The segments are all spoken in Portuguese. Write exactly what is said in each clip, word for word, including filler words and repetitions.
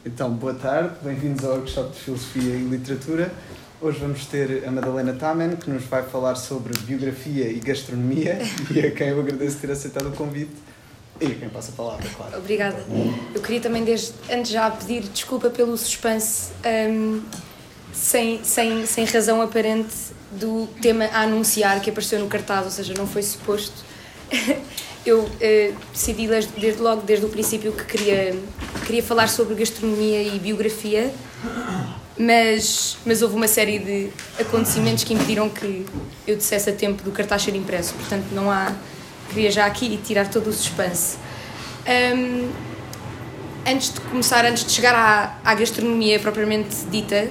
Então, boa tarde, bem-vindos ao workshop de Filosofia e Literatura. Hoje vamos ter a Madalena Tamen, que nos vai falar sobre biografia e gastronomia, e a quem eu agradeço ter aceitado o convite. E a quem passa a palavra, claro. Obrigada. Eu queria também, desde antes já, pedir desculpa pelo suspense, um, sem, sem, sem razão aparente, do tema a anunciar que apareceu no cartaz, ou seja, não foi suposto. Eu uh, decidi desde logo, desde o princípio, que queria, queria falar sobre gastronomia e biografia, mas, mas houve uma série de acontecimentos que impediram que eu dissesse a tempo do cartaz ser impresso, portanto não há... Queria já aqui tirar todo o suspense. Um, antes de começar, antes de chegar à, à gastronomia propriamente dita,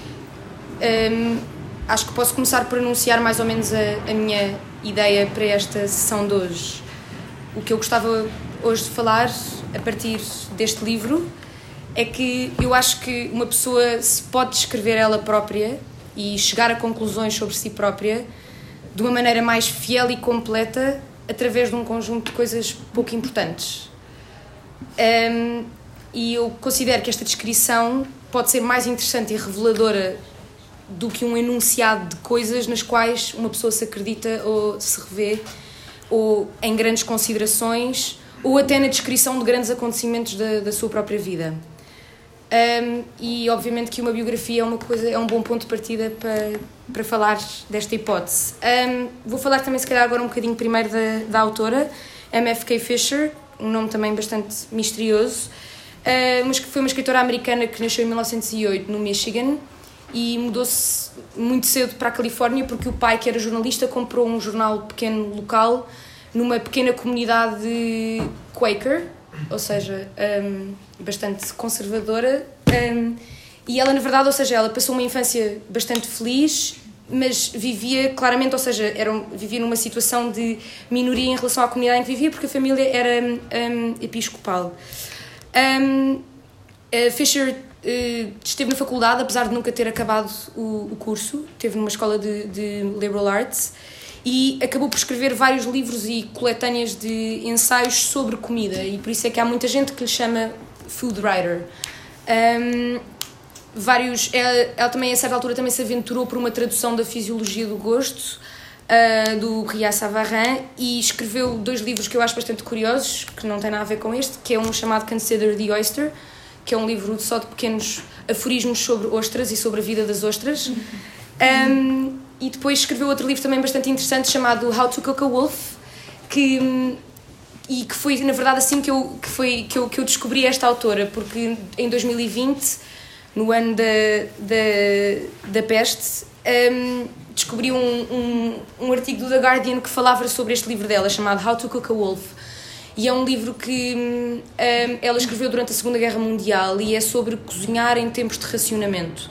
um, acho que posso começar por anunciar mais ou menos a, a minha ideia para esta sessão de hoje. O que eu gostava hoje de falar, a partir deste livro, é que eu acho que uma pessoa se pode descrever ela própria e chegar a conclusões sobre si própria de uma maneira mais fiel e completa através de um conjunto de coisas pouco importantes. Um, e eu considero que esta descrição pode ser mais interessante e reveladora do que um enunciado de coisas nas quais uma pessoa se acredita ou se revê, ou em grandes considerações, ou até na descrição de grandes acontecimentos da, da sua própria vida. Um, e obviamente que uma biografia é, uma coisa, é um bom ponto de partida para, para falar desta hipótese. Um, vou falar também, se calhar, agora um bocadinho primeiro da, da autora, M F K Fisher, um nome também bastante misterioso, uh, mas que foi uma escritora americana que nasceu em mil novecentos e oito no Michigan e mudou-se muito cedo para a Califórnia porque o pai, que era jornalista, comprou um jornal pequeno local numa pequena comunidade Quaker, ou seja, um, bastante conservadora, um, e ela, na verdade, ou seja, ela passou uma infância bastante feliz, mas vivia claramente, ou seja, era, vivia numa situação de minoria em relação à comunidade em que vivia, porque a família era um, episcopal. Um, Fisher uh, esteve na faculdade, apesar de nunca ter acabado o, o curso, esteve numa escola de, de liberal arts, e acabou por escrever vários livros e coletâneas de ensaios sobre comida, e por isso é que há muita gente que lhe chama food writer. Um, vários, ela, ela também, a certa altura, também se aventurou por uma tradução da Fisiologia do Gosto, uh, do Rias Savarin, e escreveu dois livros que eu acho bastante curiosos, que não têm nada a ver com este, que é um chamado Consider the Oyster, que é um livro só de pequenos aforismos sobre ostras e sobre a vida das ostras. Um, E depois escreveu outro livro também bastante interessante chamado How to Cook a Wolf, que, e que foi, na verdade, assim que eu, que foi, que eu, que eu descobri esta autora, porque em dois mil e vinte, no ano da, da, da peste, um, descobri um, um, um artigo do The Guardian que falava sobre este livro dela, chamado How to Cook a Wolf. E é um livro que um, ela escreveu durante a Segunda Guerra Mundial e é sobre cozinhar em tempos de racionamento.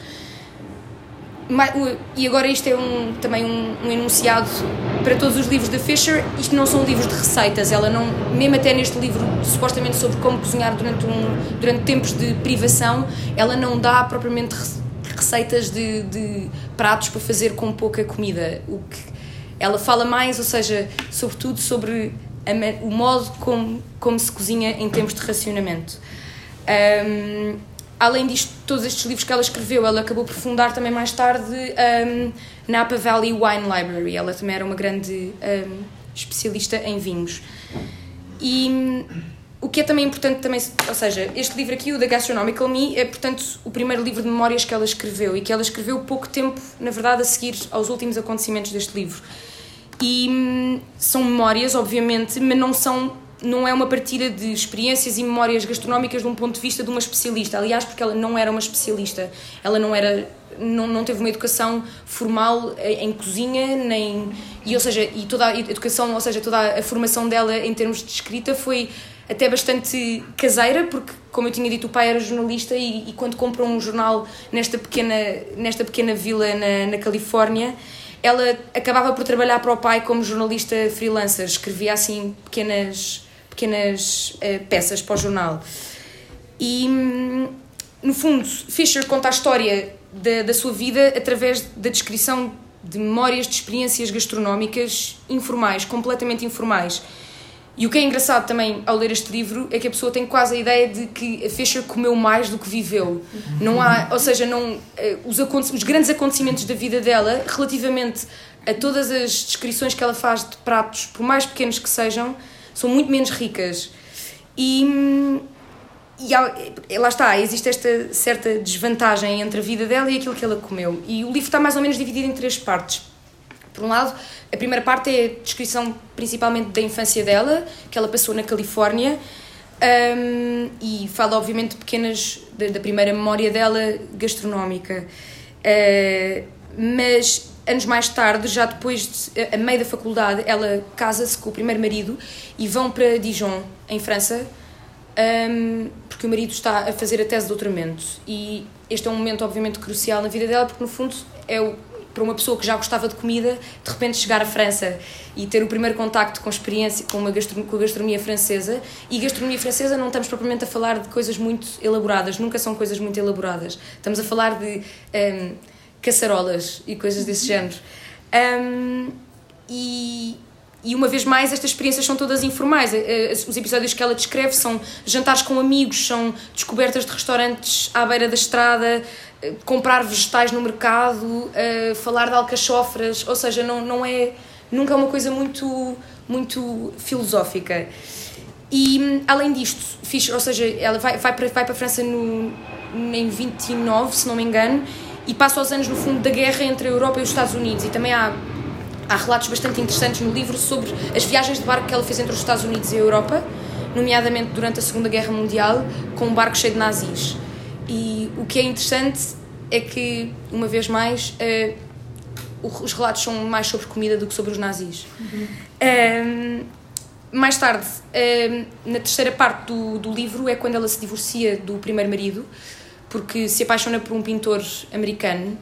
E agora isto é um, também um, um enunciado para todos os livros da Fisher. Isto não são livros de receitas, ela não, mesmo até neste livro supostamente sobre como cozinhar durante, um, durante tempos de privação, ela não dá propriamente receitas de, de pratos para fazer com pouca comida. O que ela fala mais, ou seja, sobretudo sobre a, o modo como, como se cozinha em tempos de racionamento. Um, Além disto, todos estes livros que ela escreveu, ela acabou por fundar também mais tarde um, Napa Valley Wine Library. Ela também era uma grande um, especialista em vinhos. E um, o que é também importante, também, ou seja, este livro aqui, o The Gastronomical Me, é, portanto, o primeiro livro de memórias que ela escreveu e que ela escreveu pouco tempo, na verdade, a seguir aos últimos acontecimentos deste livro. E um, são memórias, obviamente, mas não são... não é uma partilha de experiências e memórias gastronómicas de um ponto de vista de uma especialista. Aliás, porque ela não era uma especialista. Ela não era, não, não teve uma educação formal em, em cozinha, nem... E, ou seja, e toda a educação, ou seja, toda a formação dela em termos de escrita foi até bastante caseira, porque, como eu tinha dito, o pai era jornalista e, e quando comprou um jornal nesta pequena, nesta pequena vila na, na Califórnia, ela acabava por trabalhar para o pai como jornalista freelancer. Escrevia, assim, pequenas... pequenas uh, peças para o jornal. E, no fundo, Fisher conta a história da, da sua vida através da descrição de memórias de experiências gastronómicas informais, completamente informais. E o que é engraçado também ao ler este livro é que a pessoa tem quase a ideia de que a Fisher comeu mais do que viveu. Não há, ou seja, não, os, os grandes acontecimentos da vida dela, relativamente a todas as descrições que ela faz de pratos, por mais pequenos que sejam, são muito menos ricas. E, e há, lá está, existe esta certa desvantagem entre a vida dela e aquilo que ela comeu. E o livro está mais ou menos dividido em três partes. Por um lado, a primeira parte é a descrição principalmente da infância dela, que ela passou na Califórnia, um, e fala obviamente de pequenas, da, da primeira memória dela gastronómica. Uh, mas anos mais tarde, já depois, de, a, a meio da faculdade, ela casa-se com o primeiro marido e vão para Dijon, em França, um, porque o marido está a fazer a tese de doutoramento. E este é um momento obviamente crucial na vida dela, porque no fundo é o para uma pessoa que já gostava de comida, de repente chegar à França e ter o primeiro contacto com a experiência, com, uma gastronomia, com a gastronomia francesa. E gastronomia francesa não estamos propriamente a falar de coisas muito elaboradas, nunca são coisas muito elaboradas. Estamos a falar de um, caçarolas e coisas desse género. Um, e, e uma vez mais, estas experiências são todas informais. Os episódios que ela descreve são jantares com amigos, são descobertas de restaurantes à beira da estrada, comprar vegetais no mercado, uh, falar de alcachofras, ou seja, não, não é, nunca é uma coisa muito, muito filosófica. E, além disto, Fisher, ou seja, ela vai, vai, para, vai para a França no, em vinte e nove, se não me engano, e passa os anos, no fundo, da guerra entre a Europa e os Estados Unidos. E também há, há relatos bastante interessantes no livro sobre as viagens de barco que ela fez entre os Estados Unidos e a Europa, nomeadamente durante a Segunda Guerra Mundial, com um barco cheio de nazis. E o que é interessante é que, uma vez mais, uh, os relatos são mais sobre comida do que sobre os nazis. Uhum. Um, mais tarde, um, na terceira parte do, do livro, é quando ela se divorcia do primeiro marido, porque se apaixona por um pintor americano,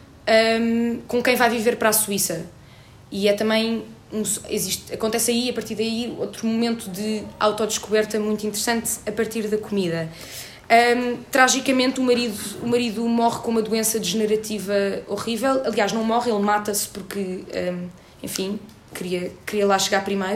um, com quem vai viver para a Suíça. E é também... Um, existe, acontece aí, a partir daí, outro momento de autodescoberta muito interessante a partir da comida. Um, tragicamente o marido, o marido morre com uma doença degenerativa horrível. Aliás, não morre, ele mata-se porque, um, enfim, queria, queria lá chegar primeiro.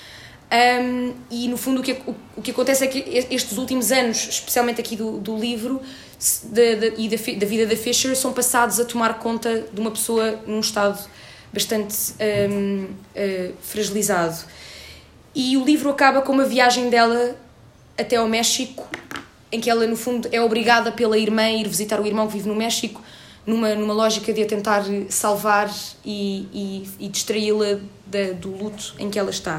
Um, e no fundo o que, o, o que acontece é que estes últimos anos, especialmente aqui do, do livro de, de, e da, da vida da Fisher, são passados a tomar conta de uma pessoa num estado bastante um, uh, fragilizado. E o livro acaba com uma viagem dela até ao México, em que ela, no fundo, é obrigada pela irmã a ir visitar o irmão que vive no México, numa, numa lógica de a tentar salvar e, e, e distraí-la da, do luto em que ela está.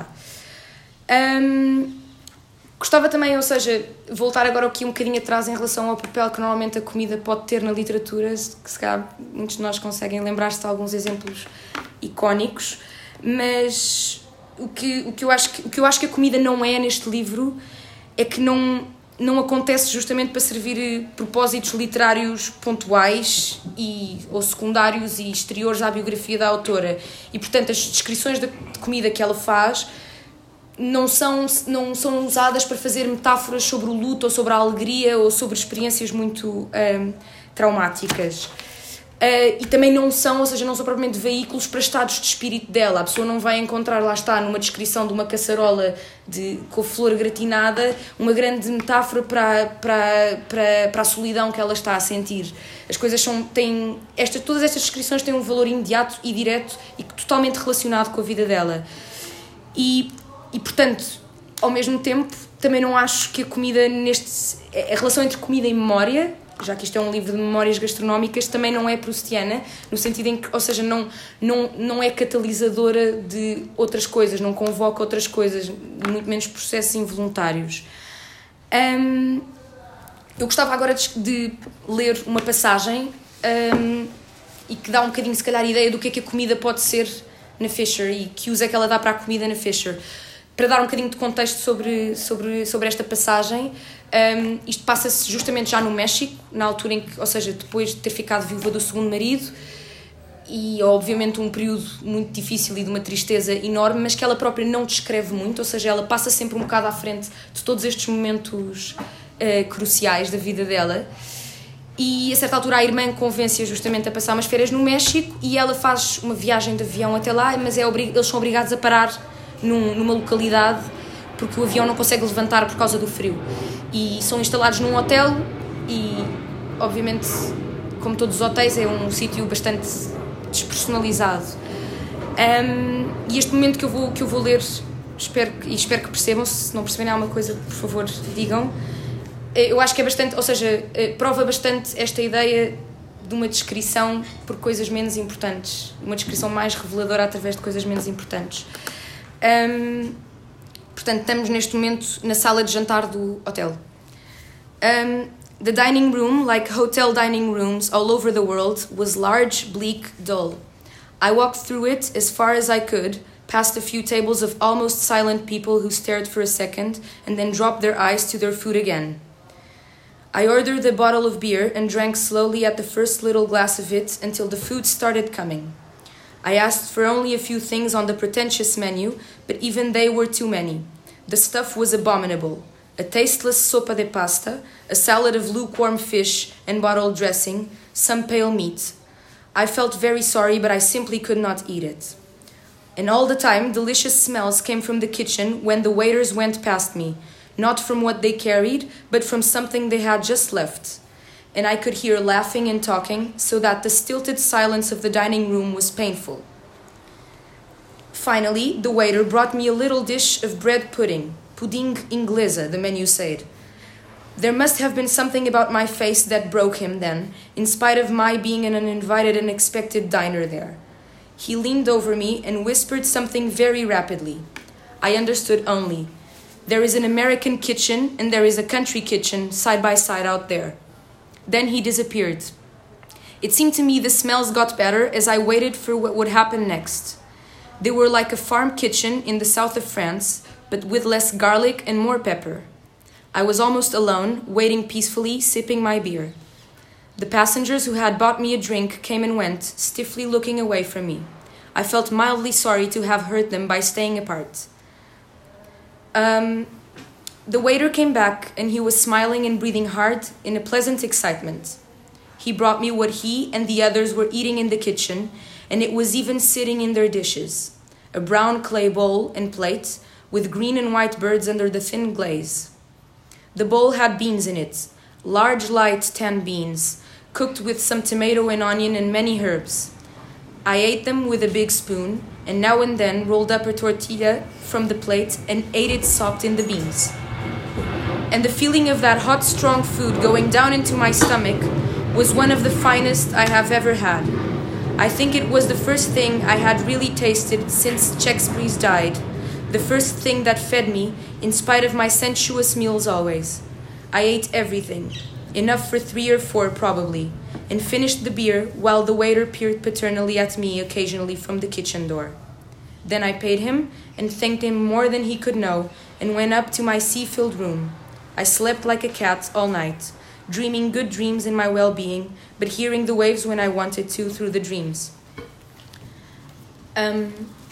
Um, gostava também, ou seja, voltar agora aqui um bocadinho atrás em relação ao papel que normalmente a comida pode ter na literatura, que se calhar muitos de nós conseguem lembrar-se de alguns exemplos icónicos, mas o que, o, que eu acho que, o que eu acho que a comida não é neste livro é que não... não acontece justamente para servir propósitos literários pontuais e, ou secundários e exteriores à biografia da autora. E, portanto, as descrições de comida que ela faz não são, não são usadas para fazer metáforas sobre o luto ou sobre a alegria ou sobre experiências muito um, traumáticas. Uh, e também não são, ou seja, não são propriamente veículos para estados de espírito dela. A pessoa não vai encontrar, lá está, numa descrição de uma caçarola de, com flor gratinada, uma grande metáfora para, para, para, para a solidão que ela está a sentir. As coisas são, têm, estas, todas estas descrições têm um valor imediato e direto e totalmente relacionado com a vida dela. E, e portanto, ao mesmo tempo, também não acho que a comida, neste, a relação entre comida e memória, já que isto é um livro de memórias gastronómicas, também não é proustiana, no sentido em que, ou seja, não, não, não é catalisadora de outras coisas, não convoca outras coisas, muito menos processos involuntários. Um, eu gostava agora de, de ler uma passagem um, e que dá um bocadinho, se calhar, a ideia do que é que a comida pode ser na Fisher e que uso é que ela dá para a comida na Fisher. Para dar um bocadinho de contexto sobre, sobre, sobre esta passagem, um, isto passa-se justamente já no México, na altura em que, ou seja, depois de ter ficado viúva do segundo marido, e obviamente um período muito difícil e de uma tristeza enorme, mas que ela própria não descreve muito, ou seja, ela passa sempre um bocado à frente de todos estes momentos uh, cruciais da vida dela. E a certa altura a irmã convence-a justamente a passar umas férias no México e ela faz uma viagem de avião até lá, mas é obrig... eles são obrigados a parar num, numa localidade porque o avião não consegue levantar por causa do frio. E são instalados num hotel e, obviamente, como todos os hotéis, é um sítio bastante despersonalizado. Um, e este momento que eu vou, que eu vou ler, espero, e espero que percebam, se não perceberem alguma coisa, por favor, digam. Eu acho que é bastante, ou seja, prova bastante esta ideia de uma descrição por coisas menos importantes, uma descrição mais reveladora através de coisas menos importantes. Um, portanto, estamos neste momento na sala de jantar do hotel. Um, the dining room, like hotel dining rooms all over the world, was large, bleak, dull. I walked through it as far as I could, past a few tables of almost silent people who stared for a second and then dropped their eyes to their food again. I ordered a bottle of beer and drank slowly at the first little glass of it until the food started coming. I asked for only a few things on the pretentious menu, but even they were too many. The stuff was abominable. A tasteless sopa de pasta, a salad of lukewarm fish and bottled dressing, some pale meat. I felt very sorry, but I simply could not eat it. And all the time, delicious smells came from the kitchen when the waiters went past me, not from what they carried, but from something they had just left. And I could hear laughing and talking, so that the stilted silence of the dining room was painful. Finally, the waiter brought me a little dish of bread pudding, pudding inglesa, the menu said. There must have been something about my face that broke him then, in spite of my being an uninvited and unexpected diner there. He leaned over me and whispered something very rapidly. I understood only. There is an American kitchen and there is a country kitchen side by side out there. Then he disappeared. It seemed to me the smells got better as I waited for what would happen next. They were like a farm kitchen in the south of France, but with less garlic and more pepper. I was almost alone, waiting peacefully, sipping my beer. The passengers who had bought me a drink came and went, stiffly looking away from me. I felt mildly sorry to have hurt them by staying apart. Um, the waiter came back and he was smiling and breathing hard in a pleasant excitement. He brought me what he and the others were eating in the kitchen, and it was even sitting in their dishes. A brown clay bowl and plate with green and white birds under the thin glaze. The bowl had beans in it, large light tan beans, cooked with some tomato and onion and many herbs. I ate them with a big spoon, and now and then rolled up a tortilla from the plate and ate it soaked in the beans. And the feeling of that hot, strong food going down into my stomach was one of the finest I have ever had. I think it was the first thing I had really tasted since Checksbreeze died, the first thing that fed me, in spite of my sensuous meals always. I ate everything, enough for three or four probably, and finished the beer while the waiter peered paternally at me occasionally from the kitchen door. Then I paid him and thanked him more than he could know and went up to my sea-filled room. I slept like a cat all night, dreaming good dreams in my well-being, but hearing the waves when I wanted to through the dreams. Um,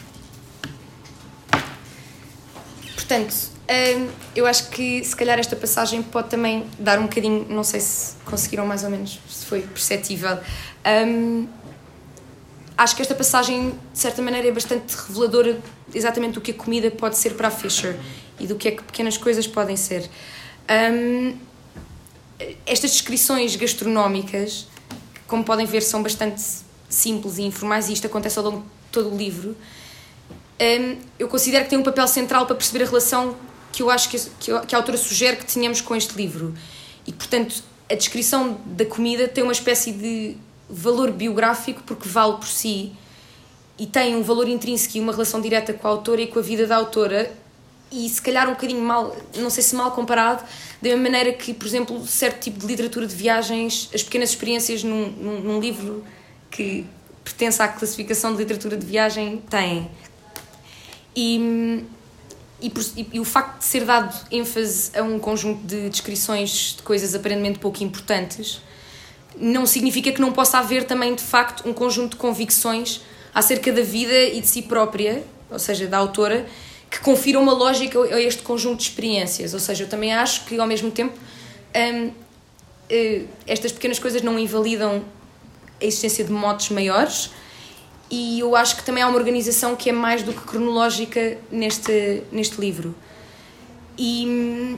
portanto, um, eu acho que se calhar esta passagem pode também dar um bocadinho, não sei se conseguiram mais ou menos, se foi perceptível. Um, acho que esta passagem, de certa maneira, é bastante reveladora exatamente do que a comida pode ser para a Fisher e do que é que pequenas coisas podem ser. Um, estas descrições gastronómicas, como podem ver, são bastante simples e informais, e isto acontece ao longo de todo o livro. Um, eu considero que tem um papel central para perceber a relação que eu acho que, que a autora sugere que tenhamos com este livro. E, portanto, a descrição da comida tem uma espécie de valor biográfico porque vale por si e tem um valor intrínseco e uma relação direta com a autora e com a vida da autora, e se calhar um bocadinho mal, não sei se mal comparado, da mesma maneira que, por exemplo, certo tipo de literatura de viagens, as pequenas experiências num, num, num livro que pertence à classificação de literatura de viagem têm. E, e, e, e o facto de ser dado ênfase a um conjunto de descrições de coisas aparentemente pouco importantes não significa que não possa haver também, de facto, um conjunto de convicções acerca da vida e de si própria, ou seja, da autora, que confiram uma lógica a este conjunto de experiências. Ou seja, eu também acho que, ao mesmo tempo, hum, uh, estas pequenas coisas não invalidam a existência de motes maiores, e eu acho que também há uma organização que é mais do que cronológica neste, neste livro. E,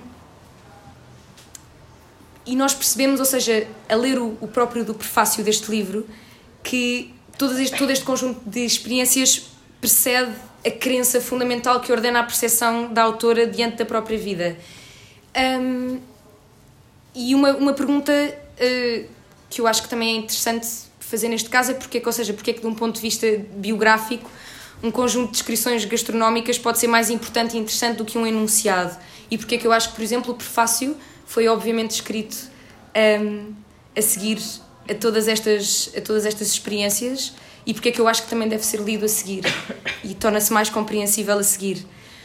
e nós percebemos, ou seja, a ler o, o próprio do prefácio deste livro, que todo este, todo este conjunto de experiências precede a crença fundamental que ordena a percepção da autora diante da própria vida. Um, e uma, uma pergunta uh, que eu acho que também é interessante fazer neste caso é porque, ou seja, porque é que de um ponto de vista biográfico um conjunto de descrições gastronómicas pode ser mais importante e interessante do que um enunciado, e porque é que eu acho que, por exemplo, o prefácio foi obviamente escrito um, a seguir a todas, estas, a todas estas experiências, e porque é que eu acho que também deve ser lido a seguir e torna-se mais compreensível a seguir.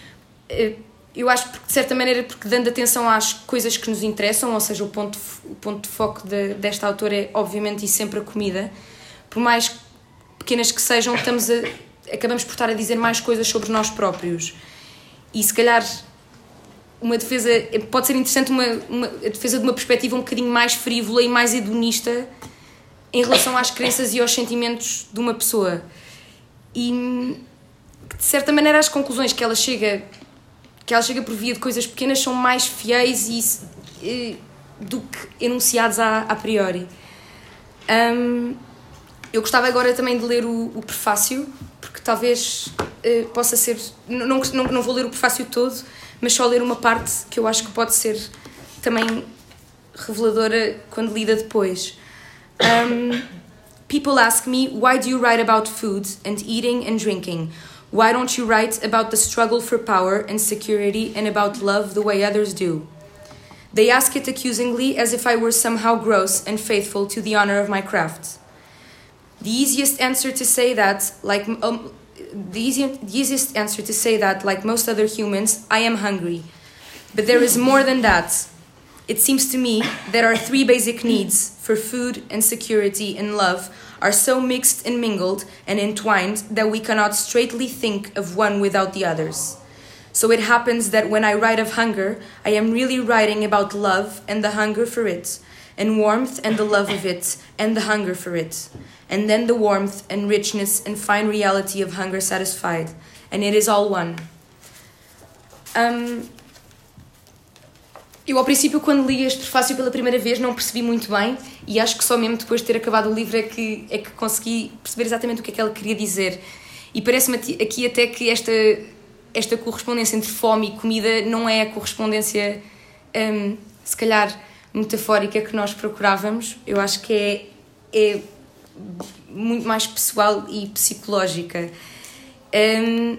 Eu acho que, de certa maneira, porque dando atenção às coisas que nos interessam, ou seja, o ponto, o ponto de foco de, desta autora é obviamente e sempre a comida, por mais pequenas que sejam, estamos a, acabamos por estar a dizer mais coisas sobre nós próprios. E se calhar uma defesa, pode ser interessante uma, uma, a defesa de uma perspectiva um bocadinho mais frívola e mais hedonista em relação às crenças e aos sentimentos de uma pessoa. E, de certa maneira, as conclusões que ela chega, que ela chega por via de coisas pequenas são mais fiéis e, e, do que enunciados a, a priori. Um, eu gostava agora também de ler o, o prefácio, porque talvez uh, possa ser... Não, não, não vou ler o prefácio todo, mas só ler uma parte que eu acho que pode ser também reveladora quando lida depois. Um, people ask me, why do you write about food and eating and drinking? Why don't you write about the struggle for power and security and about love the way others do? They ask it accusingly, as if I were somehow gross and faithful to the honor of my craft. The easiest answer to say that, like um, the, easy, the easiest answer to say that, like most other humans, I am hungry. But there is more than that. It seems to me that our three basic needs for food and security and love are so mixed and mingled and entwined that we cannot straightly think of one without the others. So it happens that when I write of hunger, I am really writing about love and the hunger for it, and warmth and the love of it, and the hunger for it, and then the warmth and richness and fine reality of hunger satisfied, and it is all one. Um, eu, ao princípio, quando li este prefácio pela primeira vez, não percebi muito bem, e acho que só mesmo depois de ter acabado o livro é que, é que consegui perceber exatamente o que é que ela queria dizer. E parece-me aqui até que esta, esta correspondência entre fome e comida não é a correspondência, um, se calhar, metafórica que nós procurávamos. Eu acho que é, é muito mais pessoal e psicológica. Um,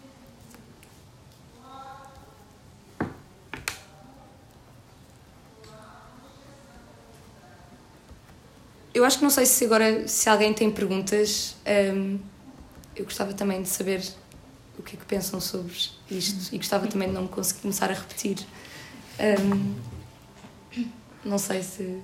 eu acho que não sei se agora se alguém tem perguntas. Um, eu gostava também de saber o que é que pensam sobre isto e gostava também de não conseguir começar a repetir. Um, não sei se...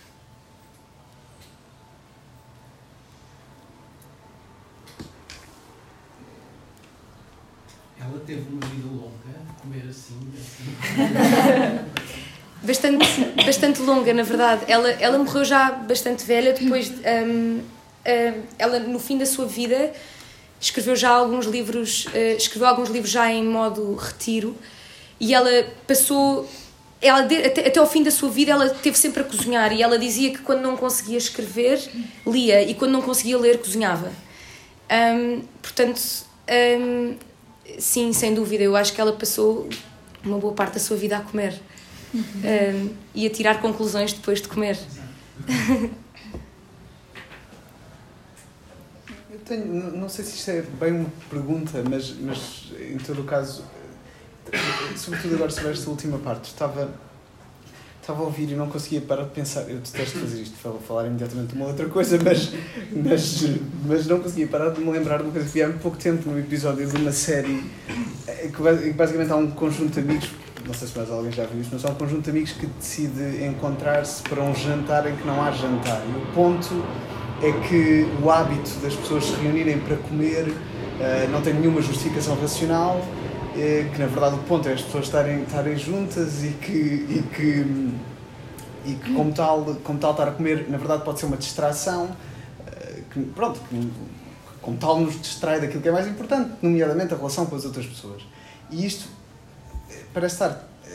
Ela teve uma vida longa, comer assim, assim. bastante, bastante longa, na verdade. Ela, ela morreu já bastante velha, depois... Um, um, ela, no fim da sua vida, escreveu já alguns livros, uh, escreveu alguns livros já em modo retiro, e ela passou... Ela, até, até ao fim da sua vida, ela esteve sempre a cozinhar, e ela dizia que quando não conseguia escrever, lia, e quando não conseguia ler, cozinhava. Um, portanto... Um, sim, sem dúvida, eu acho que ela passou uma boa parte da sua vida a comer, uhum. um, e a tirar conclusões depois de comer. Eu tenho, não sei se isto é bem uma pergunta, mas, mas em todo o caso, sobretudo agora sobre esta última parte, estava, estava a ouvir e não conseguia parar de pensar. Eu detesto fazer isto, falar imediatamente de uma outra coisa, mas, mas, mas não conseguia parar de me lembrar de uma coisa que vi há pouco tempo no episódio de uma série que basicamente há um conjunto de amigos, não sei se mais alguém já viu isto, mas há um conjunto de amigos que decide encontrar-se para um jantar em que não há jantar. E o ponto é que o hábito das pessoas se reunirem para comer uh, não tem nenhuma justificação racional, que na verdade o ponto é as pessoas estarem, estarem juntas e que, e que, e que como, tal, como tal estar a comer na verdade pode ser uma distração, que, pronto, que, como tal nos distrai daquilo que é mais importante, nomeadamente a relação com as outras pessoas. E isto parece estar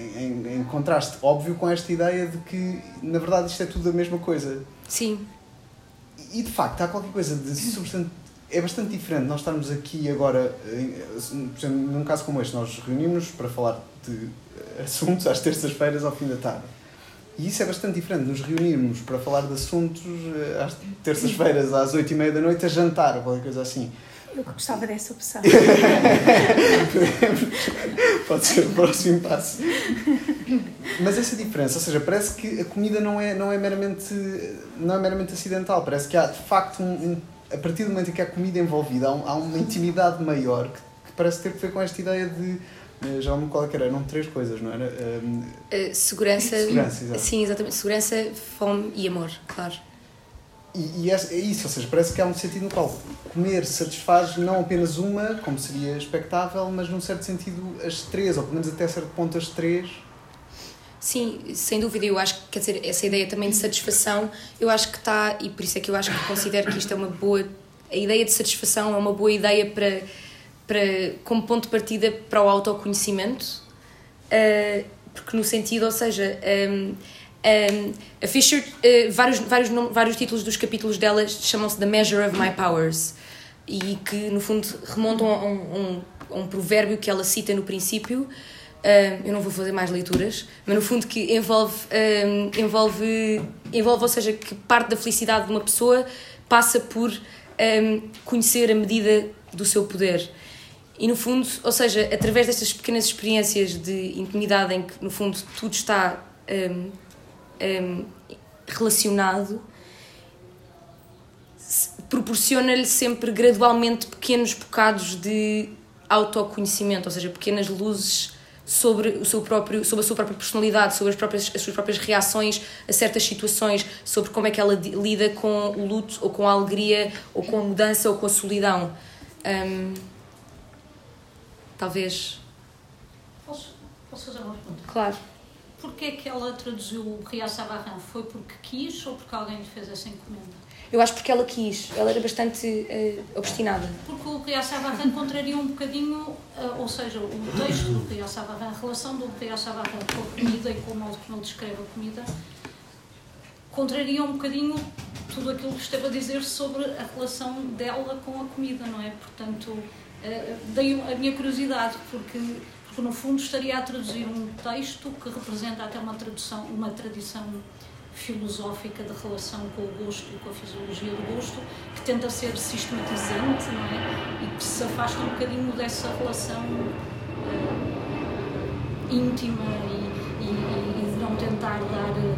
em, em contraste óbvio com esta ideia de que, na verdade, isto é tudo a mesma coisa. Sim. E, de facto, há qualquer coisa de substante... É bastante diferente nós estarmos aqui agora, por exemplo, num caso como este, nós reunimos para falar de assuntos às terças-feiras ao fim da tarde. E isso é bastante diferente, nos reunirmos para falar de assuntos às terças-feiras às oito e meia da noite a jantar, ou qualquer coisa assim. Eu gostava dessa opção. Pode ser o próximo passo. Mas essa diferença, ou seja, parece que a comida não é, não é, meramente, não é meramente acidental, parece que há de facto, um, um, a partir do momento em que há comida envolvida, há, um, há uma intimidade maior que, que parece ter que ver com esta ideia de, já não me qual é que era, eram três coisas, não era? Um, uh, segurança, segurança exato. Sim, exatamente, segurança, fome e amor, claro. E, e é, é isso, ou seja, parece que há um sentido no qual comer satisfaz não apenas uma, como seria expectável, mas num certo sentido as três, ou pelo menos até certo ponto as três. Sim, sem dúvida, eu acho que, quer dizer, essa ideia também de satisfação, eu acho que está, e por isso é que eu acho que considero que isto é uma boa, a ideia de satisfação é uma boa ideia para, para como ponto de partida para o autoconhecimento, uh, porque no sentido, ou seja, um, um, a Fisher, uh, vários, vários, vários títulos dos capítulos dela chamam-se The Measure of My Powers, e que no fundo remontam a um, um, a um provérbio que ela cita no princípio. Uh, eu não vou fazer mais leituras, mas no fundo que envolve, uh, envolve, envolve, ou seja, que parte da felicidade de uma pessoa passa por um, conhecer a medida do seu poder. E no fundo, ou seja, através destas pequenas experiências de intimidade em que no fundo tudo está um, um, relacionado, proporciona-lhe sempre gradualmente pequenos bocados de autoconhecimento, ou seja, pequenas luzes sobre o seu próprio, sobre a sua própria personalidade, sobre as próprias as suas próprias reações a certas situações, sobre como é que ela lida com o luto ou com a alegria ou com a mudança ou com a solidão. Um, talvez. Posso, posso fazer uma pergunta? Claro. Porquê é que ela traduziu o Ria Savarran? Foi porque quis ou porque alguém lhe fez essa encomenda? Eu acho porque ela quis, ela era bastante uh, obstinada. Porque o Ria Savarran contraria um bocadinho, uh, ou seja, o texto do Ria Savarran, a relação do Ria Savarran com a comida e como ele descreve a comida, contraria um bocadinho tudo aquilo que esteve a dizer sobre a relação dela com a comida, não é? Portanto, uh, dei a minha curiosidade, porque, porque no fundo estaria a traduzir um texto que representa até uma, tradução, uma tradição filosófica da relação com o gosto e com a fisiologia do gosto, que tenta ser sistematizante, não é? E que se afasta um bocadinho dessa relação uh, íntima e, e, e de não tentar dar, uh,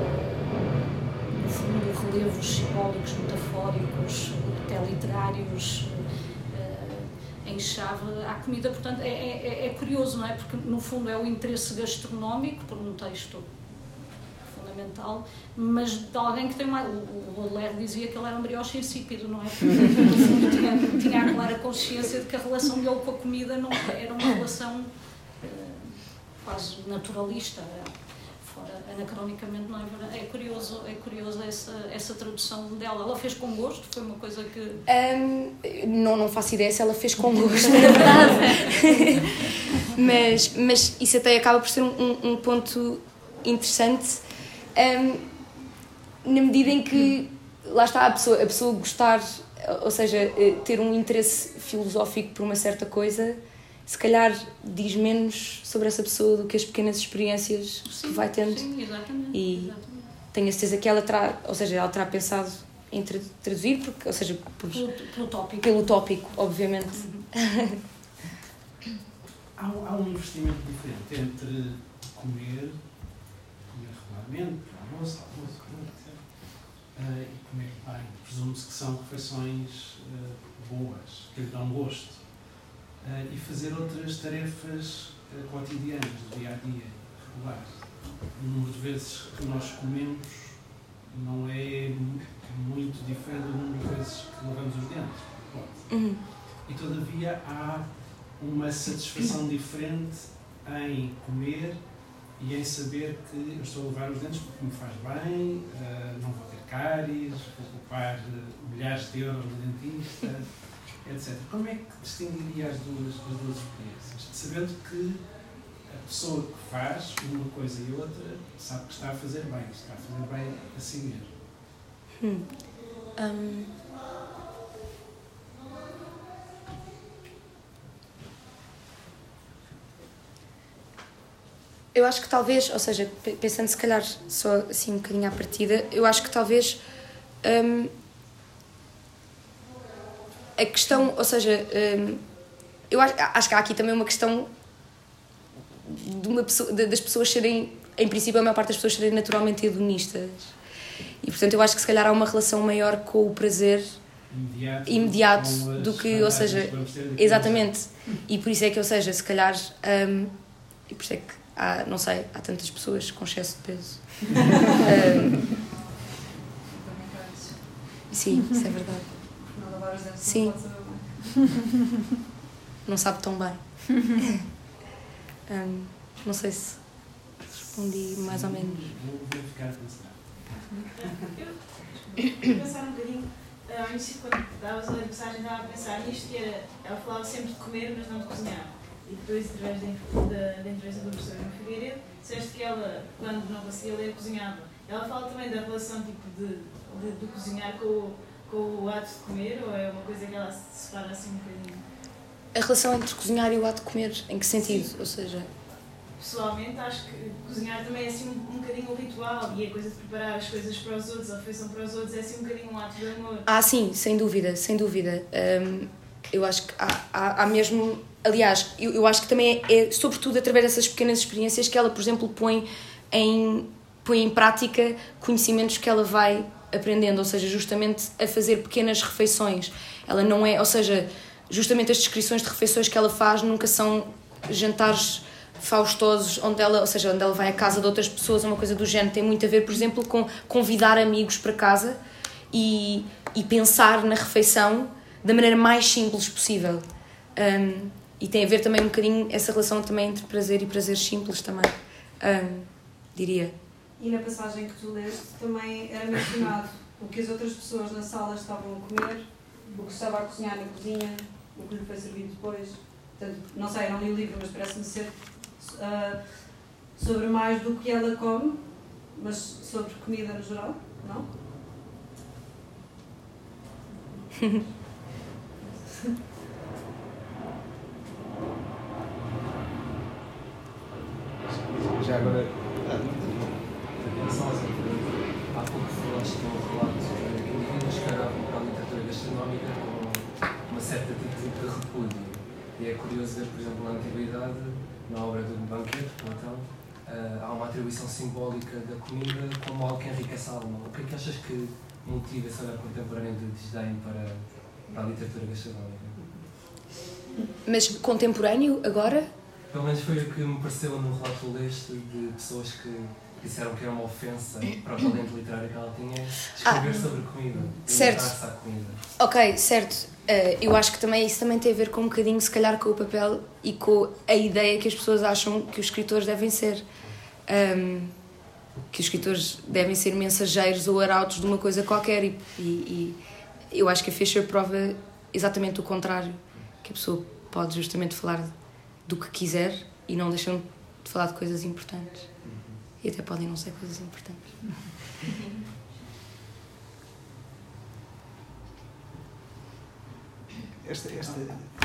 no fundo, relevos simbólicos, metafóricos, até literários, uh, em chave à comida. Portanto, é, é, é curioso, não é? Porque, no fundo, é o interesse gastronómico por um texto fundamental, mas de alguém que tem uma... O Baudelaire dizia que ele era um brioche insípido, não é? Porque, no fundo, tinha, tinha a clara consciência de que a relação dele com a comida não era uma relação uh, quase naturalista, fora, anacronicamente, não é? É curioso, é curioso essa, essa tradução dela. Ela fez com gosto? Foi uma coisa que... Um, não, não faço ideia se ela fez com gosto, na verdade. mas, mas isso até acaba por ser um, um ponto interessante, Um, na medida em que lá está a pessoa, a pessoa gostar, ou seja, ter um interesse filosófico por uma certa coisa, se calhar diz menos sobre essa pessoa do que as pequenas experiências sim, que vai tendo. Sim, exatamente, e exatamente. Tenho a certeza que ela terá, ou seja, ela terá pensado em traduzir, porque, ou seja, por, pelo, pelo tópico, pelo tópico, obviamente. Uhum. há, há um investimento diferente entre comer regularmente, almoço, almoço, etcétera. Uh, e comer bem. Presume-se que são refeições uh, boas, que lhe dão gosto. Uh, e fazer outras tarefas uh, cotidianas, do dia a dia, regulares. O número de vezes que nós comemos não é muito diferente do número de vezes que lavamos os dentes. Uhum. E todavia há uma satisfação diferente em comer e em saber que eu estou a lavar os dentes porque me faz bem, uh, não vou ter cáries, vou poupar uh, milhares de euros no dentista, etcétera. Como é que distinguiria as duas, as duas experiências? Sabendo que a pessoa que faz uma coisa e outra sabe que está a fazer bem, está a fazer bem a si mesmo. Hum. Um... Eu acho que talvez, ou seja, pensando se calhar só assim um bocadinho à partida, eu acho que talvez um, a questão, ou seja, um, eu acho, acho que há aqui também uma questão de uma pessoa, de, das pessoas serem, em princípio a maior parte das pessoas serem naturalmente hedonistas. E portanto eu acho que se calhar há uma relação maior com o prazer imediato, imediato do que, ou seja, exatamente. E por isso é que, ou seja, se calhar, um, e por isso é que há, não sei, há tantas pessoas com excesso de peso. um, sim, isso é verdade. Não lavar os dentes sim. não pode saber bem. Não sabe tão bem. um, não sei se respondi mais ou menos. Vou, vou ficar a pensar. Eu vou pensar um bocadinho, ao início, quando davas a mensagem, estava a pensar nisto, que era, ela falava sempre de comer, mas não de cozinhar. E depois, através da, da entrevista do professor Figueiredo, disseste que ela, quando não conseguia ler, cozinhava. Ela fala também da relação tipo, de, de, de cozinhar com o, com o ato de comer, ou é uma coisa que ela se separa assim um bocadinho? A relação entre cozinhar e o ato de comer, em que sentido? Sim. Ou seja... Pessoalmente, acho que cozinhar também é assim um, um bocadinho um ritual, e a coisa de preparar as coisas para os outros, a refeição para os outros, é assim um bocadinho um ato de amor. Ah, sim, sem dúvida, sem dúvida. Um, eu acho que há, há, há mesmo... Aliás, eu, eu acho que também é, é, sobretudo, através dessas pequenas experiências que ela, por exemplo, põe em, põe em prática conhecimentos que ela vai aprendendo, ou seja, justamente a fazer pequenas refeições. Ela não é... Ou seja, justamente as descrições de refeições que ela faz nunca são jantares faustosos, onde ela, ou seja, onde ela vai à casa de outras pessoas, uma coisa do género. Tem muito a ver, por exemplo, com convidar amigos para casa e, e pensar na refeição da maneira mais simples possível. Um, e tem a ver também um bocadinho essa relação também entre prazer e prazeres simples também, um, diria. E na passagem que tu leste também era mencionado o que as outras pessoas na sala estavam a comer, o que estava a cozinhar na cozinha, o que lhe foi servido depois. Portanto, não sei, eu não li o livro, mas parece-me ser uh, sobre mais do que ela come, mas sobre comida no geral, não? Já agora... Há pouco falaste de um relato que indivíduos que olhavam para a literatura gastronómica com uma certa tipo de repúdio. E é curioso ver, por exemplo, na Antiguidade, na obra do Banquete, Platão, há uma atribuição simbólica da comida como algo que enriquece a alma. O que é que achas que motiva esse olhar contemporâneo de desdém para, para a literatura gastronómica? Mas contemporâneo, agora? Pelo menos foi o que me pareceu no relato que leste de pessoas que disseram que era uma ofensa para o talento literário que ela tinha escrever ah, sobre comida, certo. À comida. Ok, certo. Uh, eu acho que também isso também tem a ver com um bocadinho, se calhar, com o papel e com a ideia que as pessoas acham que os escritores devem ser. Um, que os escritores devem ser mensageiros ou arautos de uma coisa qualquer e, e, e eu acho que a Fisher prova exatamente o contrário, que a pessoa pode justamente falar do que quiser e não deixam de falar de coisas importantes. E até podem não ser coisas importantes. Esta... esta...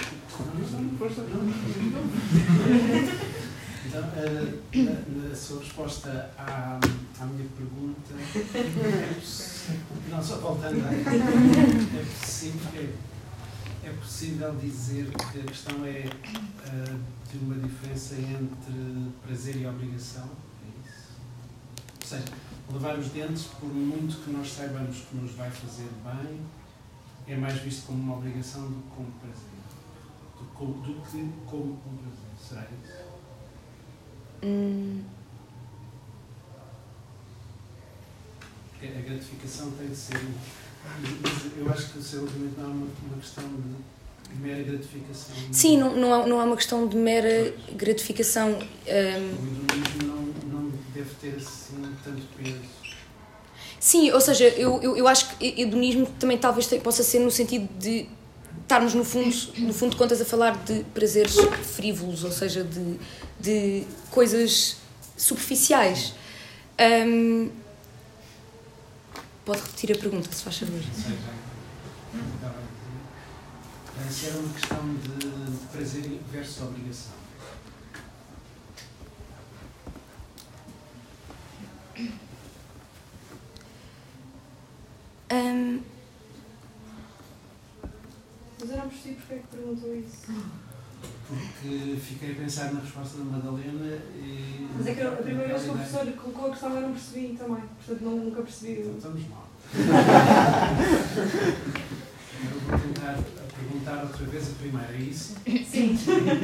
Então, a, a sua resposta à, à minha pergunta é possível, não, só voltando a, é possível, é, é possível dizer que a questão é uh, de uma diferença entre prazer e obrigação, é isso? Ou seja, lavar os dentes, por muito que nós saibamos que nos vai fazer bem, é mais visto como uma obrigação do que como prazer, do, do que como um prazer, será isso? Hum. A gratificação tem de ser. Eu acho que o seu argumento não é uma, uma questão de mera gratificação. Sim, não, não, é, não é uma questão de mera gratificação. Um... O hedonismo não, não deve ter assim tanto peso. Sim, ou seja, eu, eu, eu acho que hedonismo também talvez possa ser no sentido de estarmos, no fundo, no fundo de contas, a falar de prazeres frívolos, ou seja, de, de coisas superficiais. Um, pode repetir a pergunta, se faz favor. Se era uma questão de prazer versus obrigação. Um, Mas eu não percebi porque é que perguntou isso. Porque fiquei a pensar na resposta da Madalena e... Mas é que a primeira vez que o professor colocou a questão eu não percebi também. Portanto, não, nunca percebi. Então estamos mal. Eu vou tentar perguntar outra vez a primeira, é isso? Sim.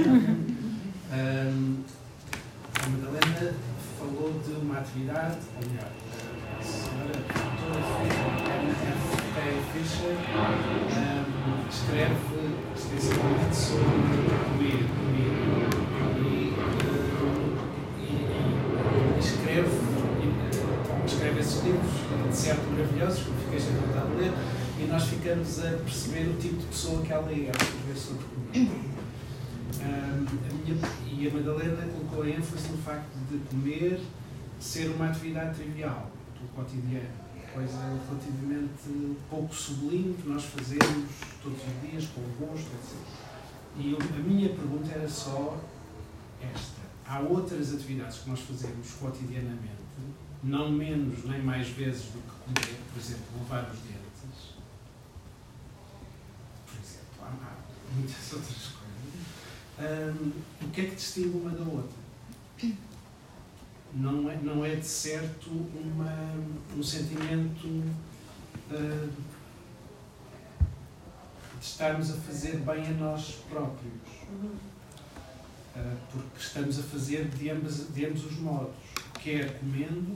um, a Madalena falou de uma atividade, ou melhor, a senhora doutora Fischer um, escreve extensivamente sobre comer, comer e, e, e escreve, e, escreve esses livros, de certo maravilhosos, que fiquei sem vontade de ler, e nós ficamos a perceber o tipo de pessoa que ela é, a escrever sobre comer. Um, a minha, e a Madalena colocou a ênfase no facto de comer ser uma atividade trivial, do cotidiano, coisa relativamente pouco sublime que nós fazemos todos os dias, com gosto, etcétera. E eu, a minha pergunta era só esta. Há outras atividades que nós fazemos cotidianamente, não menos nem mais vezes do que comer, por exemplo, lavar os dentes, por exemplo, há, há muitas outras coisas. Um, o que é que distingue uma da outra? Não é, não é de certo uma, um sentimento uh, de estarmos a fazer bem a nós próprios. Uh, porque estamos a fazer de ambos, de ambos os modos. Quer comendo,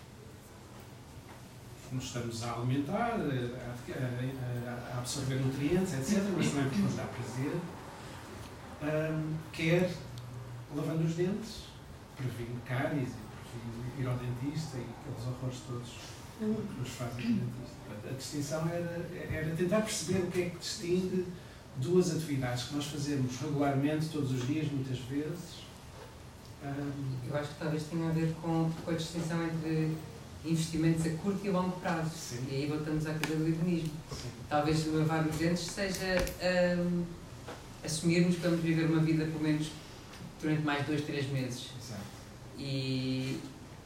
nos estamos a alimentar, a, a, a absorver nutrientes, etcétera, mas também porque nos dá prazer. Um, quer lavando os dentes, previne cáries e previne ir ao dentista e aqueles horrores todos que nos fazem o dentista. A distinção era, era tentar perceber o que é que distingue duas atividades que nós fazemos regularmente, todos os dias, muitas vezes. Um, Eu acho que talvez tenha a ver com, com a distinção entre investimentos a curto e a longo prazo. Sim. E aí voltamos à coisa do hedonismo. Sim. Talvez lavar os dentes seja um, assumirmos que vamos viver uma vida pelo menos durante mais dois, três meses. Exato. E...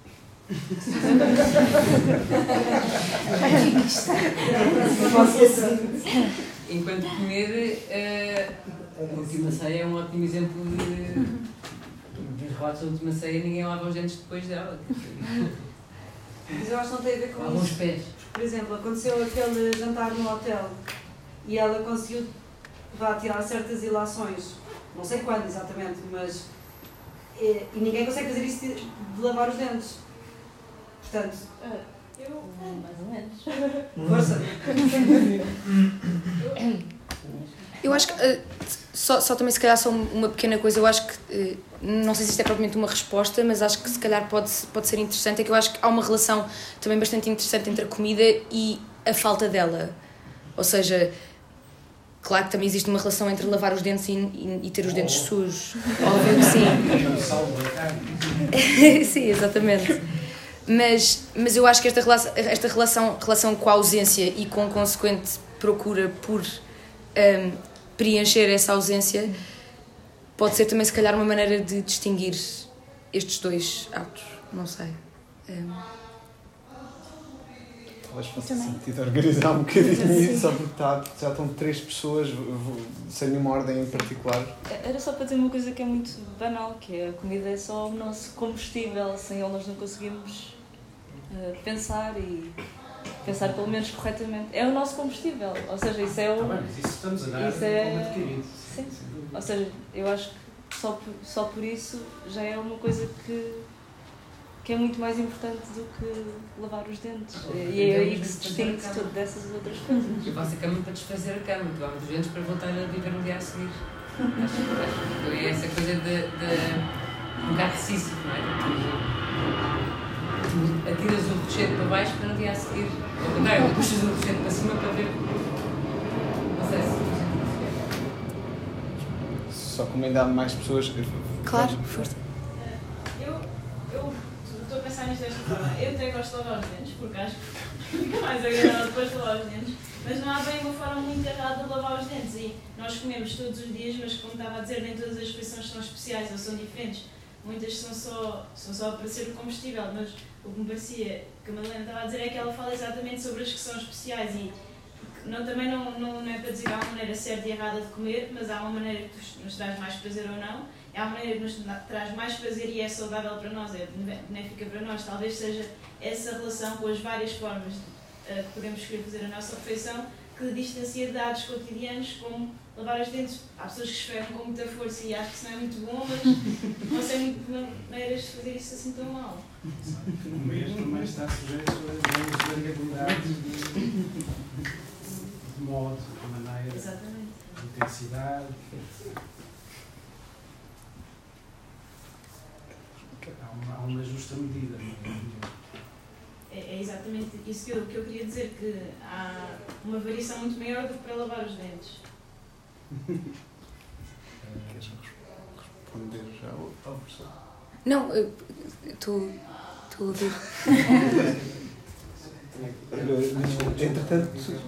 Enquanto comer, uh, a última ceia é um ótimo exemplo de, de relatos da última ceia, ninguém lava os dentes depois dela. Mas eu acho que não tem a ver com Alguns isso. pés. Por exemplo, aconteceu aquele jantar no hotel e ela conseguiu vá, tirar certas ilações, não sei quando exatamente, mas e, e ninguém consegue fazer isso de, de lavar os dentes. Portanto, Eu, mais ou menos. força. Eu acho que, uh, só, só também se calhar só uma pequena coisa, eu acho que, uh, não sei se isto é propriamente uma resposta, mas acho que se calhar pode, pode ser interessante, é que eu acho que há uma relação também bastante interessante entre a comida e a falta dela. Ou seja, claro que também existe uma relação entre lavar os dentes e, e, e ter os dentes sujos. Óbvio que sim. Sim, exatamente. Mas, mas eu acho que esta relação, esta relação, relação com a ausência e com consequente procura por um, preencher essa ausência pode ser também, se calhar, uma maneira de distinguir estes dois atos. Não sei. Um... Talvez faça sentido organizar um bocadinho isso, só porque tá, já estão três pessoas sem nenhuma ordem em particular. Era só para dizer uma coisa que é muito banal, que é a comida é só o nosso combustível, sem ele nós não conseguimos uh, pensar e pensar pelo menos corretamente. É o nosso combustível, ou seja, isso é o... Tá bem, mas isso estamos a dar isso é... como adquirido. Sim. Ou seja, eu acho que só por, só por isso já é uma coisa que, que é muito mais importante do que lavar os dentes. E é aí que se distingue tudo dessas outras coisas. Eu faço a cama para desfazer a cama, tu lavas os dentes para voltar a viver no dia a seguir. Acho, acho que é essa coisa de, de um gato síssico, não é? Tu, tu atiras o rochedo para baixo para no dia a seguir. Ao contrário, tu puxas o rochedo para cima para ver. Não sei se. só como ainda há mais pessoas... Claro, força. Eu estou a pensar nisto desta forma. Eu até gosto de lavar os dentes, porque acho que fica mais agradável depois de lavar os dentes. Mas não há bem uma forma muito errada de lavar os dentes. E nós comemos todos os dias, mas como estava a dizer, nem todas as refeições são especiais ou são diferentes. Muitas são só, são só para ser o combustível, mas o que me parecia que a Madalena estava a dizer é que ela fala exatamente sobre as que são especiais. E não, também não, não, não é para dizer que há uma maneira certa e errada de comer, mas há uma maneira que nos traz mais prazer ou não. Há uma maneira que nos traz mais prazer e é saudável para nós, é benéfica para nós. Talvez seja essa relação com as várias formas uh, que podemos escolher fazer a nossa refeição que distancia de atos cotidianos como lavar os dentes. Há pessoas que esfregam com muita força e acho que isso não é muito bom, mas não sei muito maneiras de fazer isso assim tão mal. O mês também está sujeito a grandes variabilidades de, de modo, de maneira, exatamente, de intensidade. Há uma, há uma justa medida. É, é exatamente isso que eu, que eu queria dizer, que há uma variação muito maior do que para lavar os dentes. Queres responder já ao professor? Não, estou a ouvir. Entretanto,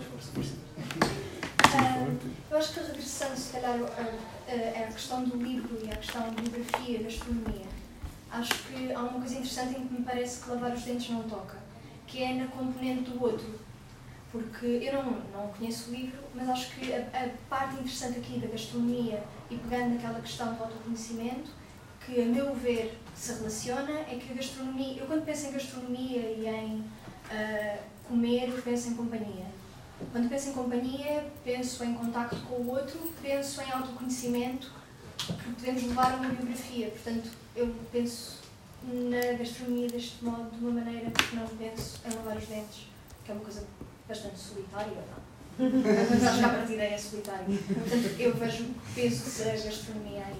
eu acho que regressando, se calhar, a, a questão do livro e a questão de biografia, gastronomia, acho que há uma coisa interessante em que me parece que lavar os dentes não toca, que é na componente do outro. Porque eu não, não conheço o livro, mas acho que a, a parte interessante aqui da gastronomia, e pegando naquela questão do autoconhecimento, que a meu ver se relaciona, é que a gastronomia, eu quando penso em gastronomia e em uh, comer, eu penso em companhia. Quando penso em companhia, penso em contacto com o outro, penso em autoconhecimento, que podemos levar a uma biografia. Portanto, eu penso na gastronomia deste modo, de uma maneira que não penso em lavar os dentes, que é uma coisa bastante solitária, ou não? Mas acho que a partida é solitária. Portanto, eu vejo, penso que a gastronomia aí.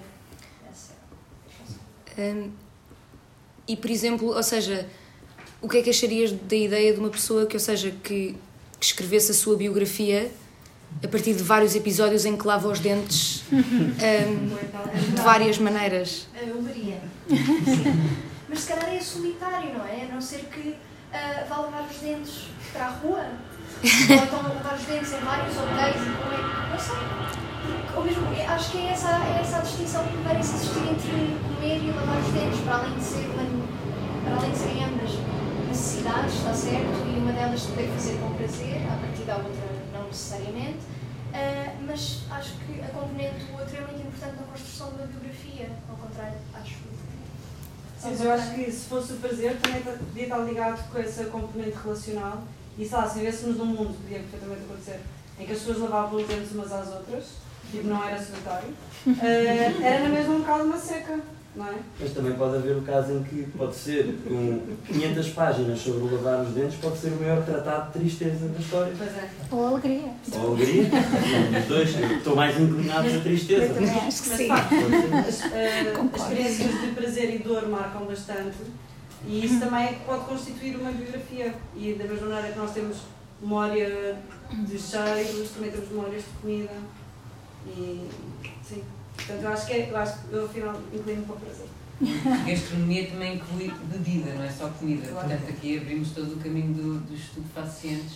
Um, e, por exemplo, ou seja, o que é que acharias da ideia de uma pessoa que, ou seja, que, que escrevesse a sua biografia a partir de vários episódios em que lava os dentes um, de várias maneiras? Eu leria. Mas se calhar é solitário, não é? A não ser que uh, vá lavar os dentes para a rua, ou então lavar os dentes em vários hotéis e como é, não sei. Ou mesmo, acho que é essa, é essa a distinção que me parece existir entre comer e lavar os dentes, para além de ser, para além de serem ambas necessidades, está certo, e uma delas se poder fazer com prazer, a partir da outra não necessariamente, uh, mas acho que a componente do outro é muito importante na construção de uma biografia, ao contrário, acho. Sim, mas eu acho que se fosse o prazer também podia estar ligado com essa componente relacional e sei lá, se vivêssemos num mundo, podia perfeitamente acontecer, em que as pessoas lavavam os dentes umas às outras, tipo, não era solitário, uh, era na mesma um bocado uma seca, não é? Mas também pode haver o caso em que pode ser, com quinhentas páginas sobre o lavar os dentes, pode ser o maior tratado de tristeza da história. Pois é. Ou alegria. Ou alegria. Os dois, estou mais inclinado na tristeza. Eu também acho que sim. As, uh, as experiências de prazer e dor marcam bastante e isso também pode constituir uma biografia. E da mesma maneira que nós temos memória de cheiros, também temos memórias de comida. E sim, portanto eu acho que é, eu acho que eu afinal inclino para o prazer. Gastronomia também inclui bebida, não é só comida. Claro. Portanto, aqui abrimos todo o caminho do, dos estupefacientes.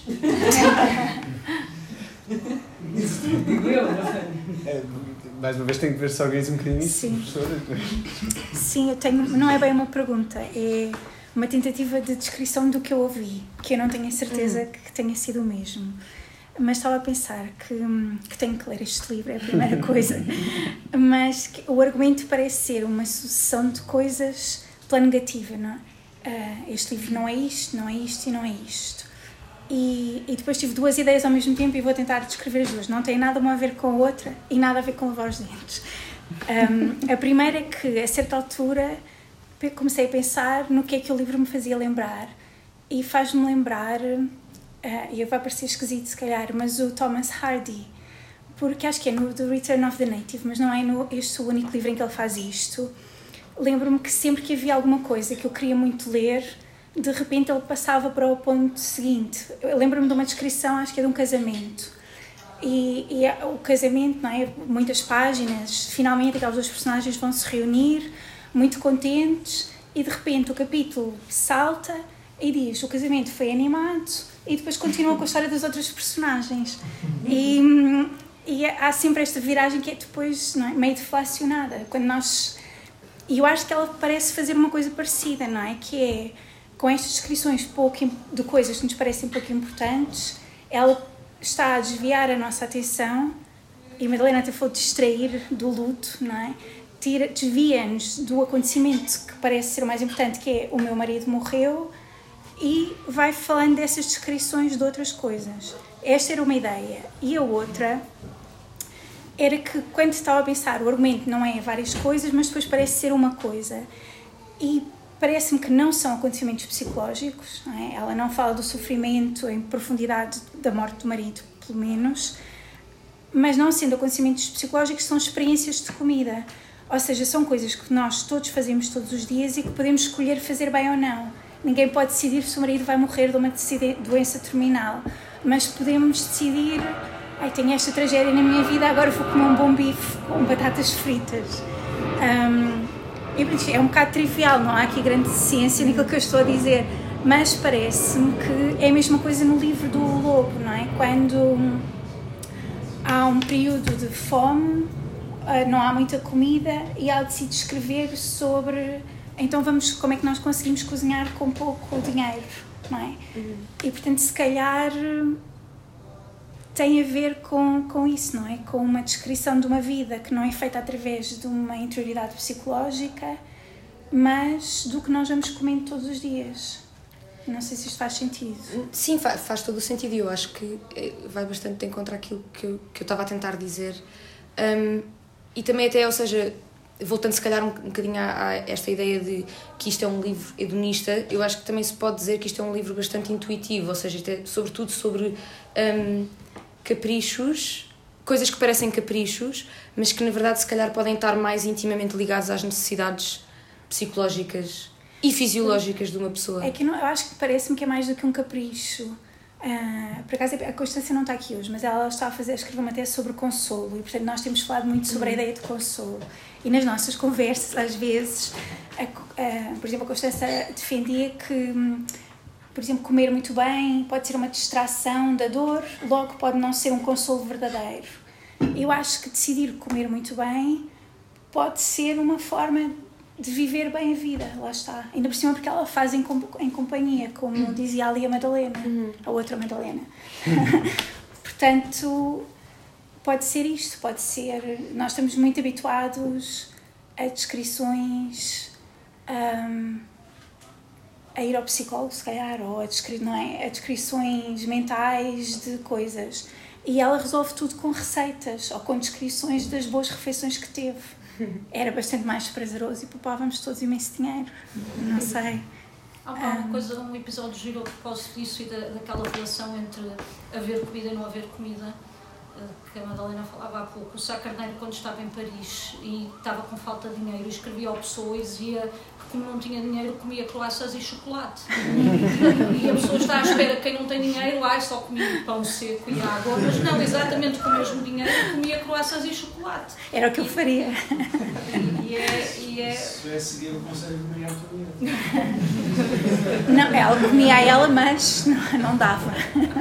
Digo eu, não sei. É, mais uma vez tenho que ver se organiza um bocadinho isso, Sim. professora. Sim, eu tenho, não é bem uma pergunta, é uma tentativa de descrição do que eu ouvi, que eu não tenho a certeza que, que tenha sido o mesmo. Mas estava a pensar que, que tenho que ler este livro, é a primeira coisa. Mas que o argumento parece ser uma sucessão de coisas pela negativa, não é? Uh, este livro não é isto, não é isto e não é isto. E, e depois tive duas ideias ao mesmo tempo e vou tentar descrever as duas. Não tem nada uma a ver com a outra e nada a ver com lavar os dentes. Um, a primeira é que, a certa altura, comecei a pensar no que é que o livro me fazia lembrar. E faz-me lembrar... Uh, e vai parecer esquisito se calhar, mas o Thomas Hardy, porque acho que é no The Return of the Native, mas não é no, este o único livro em que ele faz isto. Lembro-me que sempre que havia alguma coisa que eu queria muito ler, de repente ele passava para o ponto seguinte. Eu lembro-me de uma descrição, acho que é de um casamento, e, e o casamento, não é? Muitas páginas, finalmente aquelas duas personagens vão se reunir, muito contentes, e de repente o capítulo salta e diz: o casamento foi animado, e depois continua com a história das outras personagens. E, e há sempre esta viragem que é depois, não é? Meio deflacionada, quando nós... E eu acho que ela parece fazer uma coisa parecida, não é? Que é, com estas descrições pouco, de coisas que nos parecem pouco importantes, ela está a desviar a nossa atenção, e a Madalena até falou de distrair do luto, não é? Tira, desvia-nos do acontecimento que parece ser o mais importante, que é: o meu marido morreu, e vai falando dessas descrições de outras coisas. Esta era uma ideia. E a outra era que, quando estava a pensar, o argumento não é várias coisas, mas depois parece ser uma coisa. E parece-me que não são acontecimentos psicológicos, não é? Ela não fala do sofrimento em profundidade da morte do marido, pelo menos, mas não sendo acontecimentos psicológicos, são experiências de comida. Ou seja, são coisas que nós todos fazemos todos os dias e que podemos escolher fazer bem ou não. Ninguém pode decidir se o marido vai morrer de uma doença terminal, mas podemos decidir: ai, tenho esta tragédia na minha vida, agora vou comer um bom bife com batatas fritas. Um, é um bocado trivial, não há aqui grande ciência naquilo que eu estou a dizer, mas parece-me que é a mesma coisa no livro do Lobo, não é? Quando há um período de fome, não há muita comida, e ela decide escrever sobre... Então vamos, como é que nós conseguimos cozinhar com pouco dinheiro, não é? Uhum. E portanto, se calhar tem a ver com, com isso, não é? Com uma descrição de uma vida que não é feita através de uma interioridade psicológica, mas do que nós vamos comendo todos os dias. Não sei se isto faz sentido. Sim, faz, faz todo o sentido, e eu acho que vai bastante de encontro àquilo que eu, que eu estava a tentar dizer. Um, e também até, ou seja... Voltando se calhar um, um bocadinho a, a esta ideia de que isto é um livro hedonista, eu acho que também se pode dizer que isto é um livro bastante intuitivo, ou seja, isto é sobretudo sobre um, caprichos, coisas que parecem caprichos, mas que na verdade se calhar podem estar mais intimamente ligados às necessidades psicológicas e fisiológicas de uma pessoa. É que não, eu acho que parece-me que é mais do que um capricho. Uh, por acaso a Constância não está aqui hoje, mas ela está a fazer, escrever uma tese sobre consolo, e portanto nós temos falado muito sobre a ideia de consolo, e nas nossas conversas às vezes a, a, por exemplo, a Constância defendia que, por exemplo, comer muito bem pode ser uma distração da dor, logo pode não ser um consolo verdadeiro. Eu acho que decidir comer muito bem pode ser uma forma de viver bem a vida, lá está. Ainda por cima porque ela faz em, em companhia, como uhum. dizia ali a Madalena, uhum. a outra Madalena. Portanto, pode ser isto, pode ser... Nós estamos muito habituados a descrições, um, a ir ao psicólogo, se calhar, ou a, descri, não é? a descrições mentais de coisas. E ela resolve tudo com receitas, ou com descrições das boas refeições que teve. Era bastante mais prazeroso e poupávamos todos imenso dinheiro. Não sei. Há uma um, coisa, um episódio giro a propósito disso e da, daquela relação entre haver comida e não haver comida, que a Madalena falava há pouco. O Sá Carneiro, quando estava em Paris e estava com falta de dinheiro, escrevia ao Pessoa e dizia que, como não tinha dinheiro, comia croissants e chocolate. E a pessoa está à espera que quem não tem dinheiro, ai, só comia pão seco e água, mas não, exatamente com o mesmo dinheiro, comia croissants e chocolate. Era o que eu faria. E é... E é... Isso é seguir o conselho de Maria Antonieta. Não, ela comia a ela, mas não, não dava.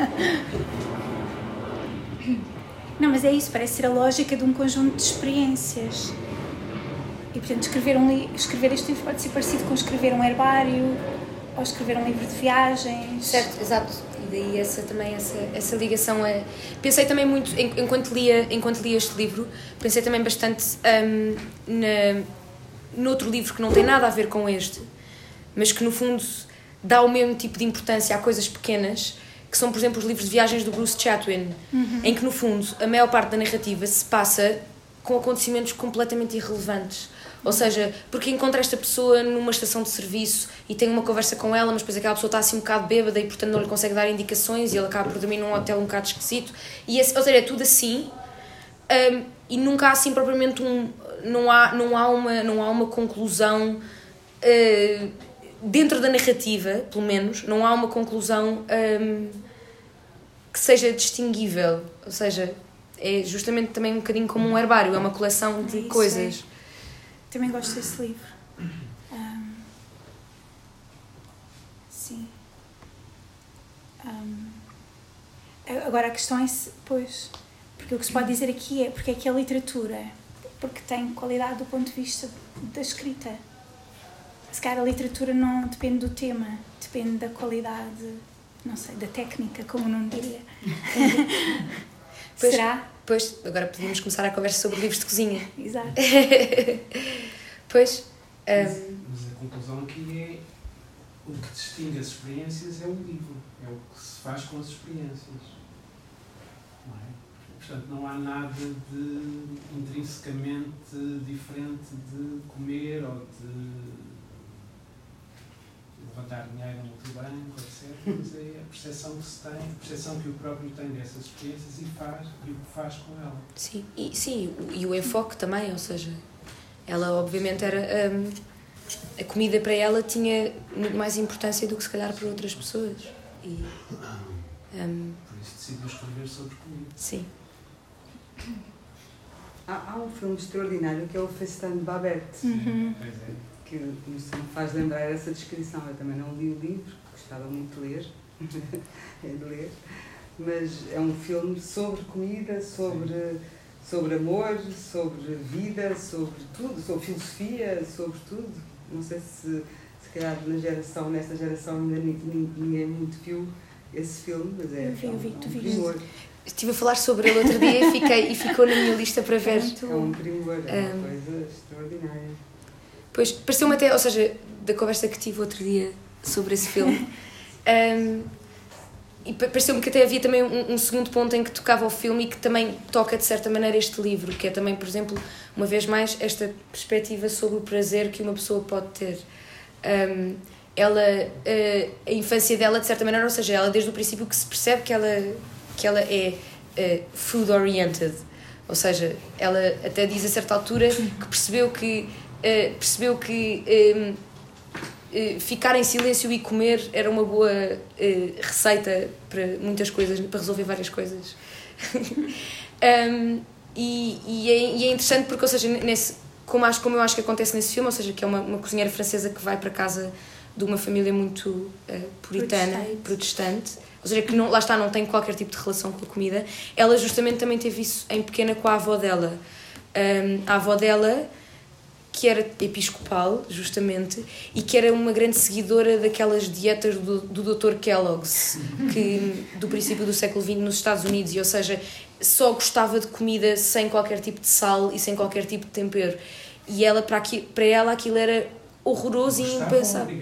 Não, mas é isso, parece ser a lógica de um conjunto de experiências. E, portanto, escrever, um li- escrever este livro pode ser parecido com escrever um herbário ou escrever um livro de viagens. Certo, exato. E daí essa, também essa, essa ligação é... Pensei também muito, enquanto lia, enquanto lia este livro, pensei também bastante um, na, noutro livro que não tem nada a ver com este, mas que, no fundo, dá o mesmo tipo de importância a coisas pequenas, que são, por exemplo, os livros de viagens do Bruce Chatwin, uhum. em que, no fundo, a maior parte da narrativa se passa com acontecimentos completamente irrelevantes. Ou seja, porque encontra esta pessoa numa estação de serviço e tem uma conversa com ela, mas depois aquela pessoa está assim um bocado bêbada e, portanto, não lhe consegue dar indicações e ele acaba por dormir num hotel um bocado esquisito. E, ou seja, é tudo assim um, e nunca há assim propriamente um... Não há, não há, uma, não há uma conclusão... Uh, dentro da narrativa, pelo menos, não há uma conclusão um, que seja distinguível. Ou seja, é justamente também um bocadinho como um herbário, é uma coleção de é isso, coisas. É. Também gosto desse livro. Um, sim. Um, agora a questão é se, pois, porque o que se pode dizer aqui é porque é que a literatura, porque tem qualidade do ponto de vista da escrita. Se calhar a literatura não depende do tema, depende da qualidade, não sei, da técnica, como não diria. Pois, Será? Pois, agora podemos começar a conversa sobre livros de cozinha. Exato. Pois. Mas, Um... mas a conclusão aqui é o que distingue as experiências é o livro, é o que se faz com as experiências. Não é? Portanto, não há nada de intrinsecamente diferente de comer ou de levantar dinheiro no multibanco, etcétera. Mas é a percepção que se tem, a percepção que o próprio tem dessas experiências e faz, e o que faz com ela. Sim, e, sim, e o enfoque também, ou seja, ela obviamente era... Um, a comida para ela tinha muito mais importância do que se calhar para outras pessoas. E, um, por isso decidiu escrever sobre comida. Sim. Há, há um filme extraordinário que é o Festin de Babette. Uhum. Pois é. Que me faz lembrar essa descrição. Eu também não li o livro, gostava muito de ler, de ler, mas é um filme sobre comida, sobre, sobre amor, sobre vida, sobre tudo, sobre filosofia, sobre tudo. Não sei se, se calhar na geração, nessa geração ainda ninguém, ninguém muito viu esse filme, mas é, eu vi, eu vi, é um, tu um viste. primor. Estive a falar sobre ele outro dia e, fiquei, e ficou na minha lista para ver. É um primor, é uma um, coisa extraordinária. Pois, pareceu-me até, ou seja, da conversa que tive outro dia sobre esse filme, um, e pareceu-me que até havia também um, um segundo ponto em que tocava o filme e que também toca de certa maneira este livro, que é também, por exemplo, uma vez mais, esta perspectiva sobre o prazer que uma pessoa pode ter. Um, ela, a, a infância dela, de certa maneira, ou seja, ela desde o princípio que se percebe que ela, que ela é uh, food-oriented, ou seja, ela até diz a certa altura que percebeu que Uh, percebeu que um, uh, ficar em silêncio e comer era uma boa uh, receita para muitas coisas, para resolver várias coisas. um, e, e, é, e é interessante porque, ou seja, nesse, como, acho, como eu acho que acontece nesse filme, ou seja, que é uma, uma cozinheira francesa que vai para casa de uma família muito uh, puritana, protestante. protestante, ou seja, que não, lá está, não tem qualquer tipo de relação com a comida. Ela justamente também teve isso em pequena com a avó dela. Um, a avó dela que era episcopal, justamente, e que era uma grande seguidora daquelas dietas do, do doutor Kellogg's, que, do princípio do século vinte nos Estados Unidos, e, ou seja, só gostava de comida sem qualquer tipo de sal e sem qualquer tipo de tempero. E ela, para, aqui, para ela aquilo era horroroso e impensável.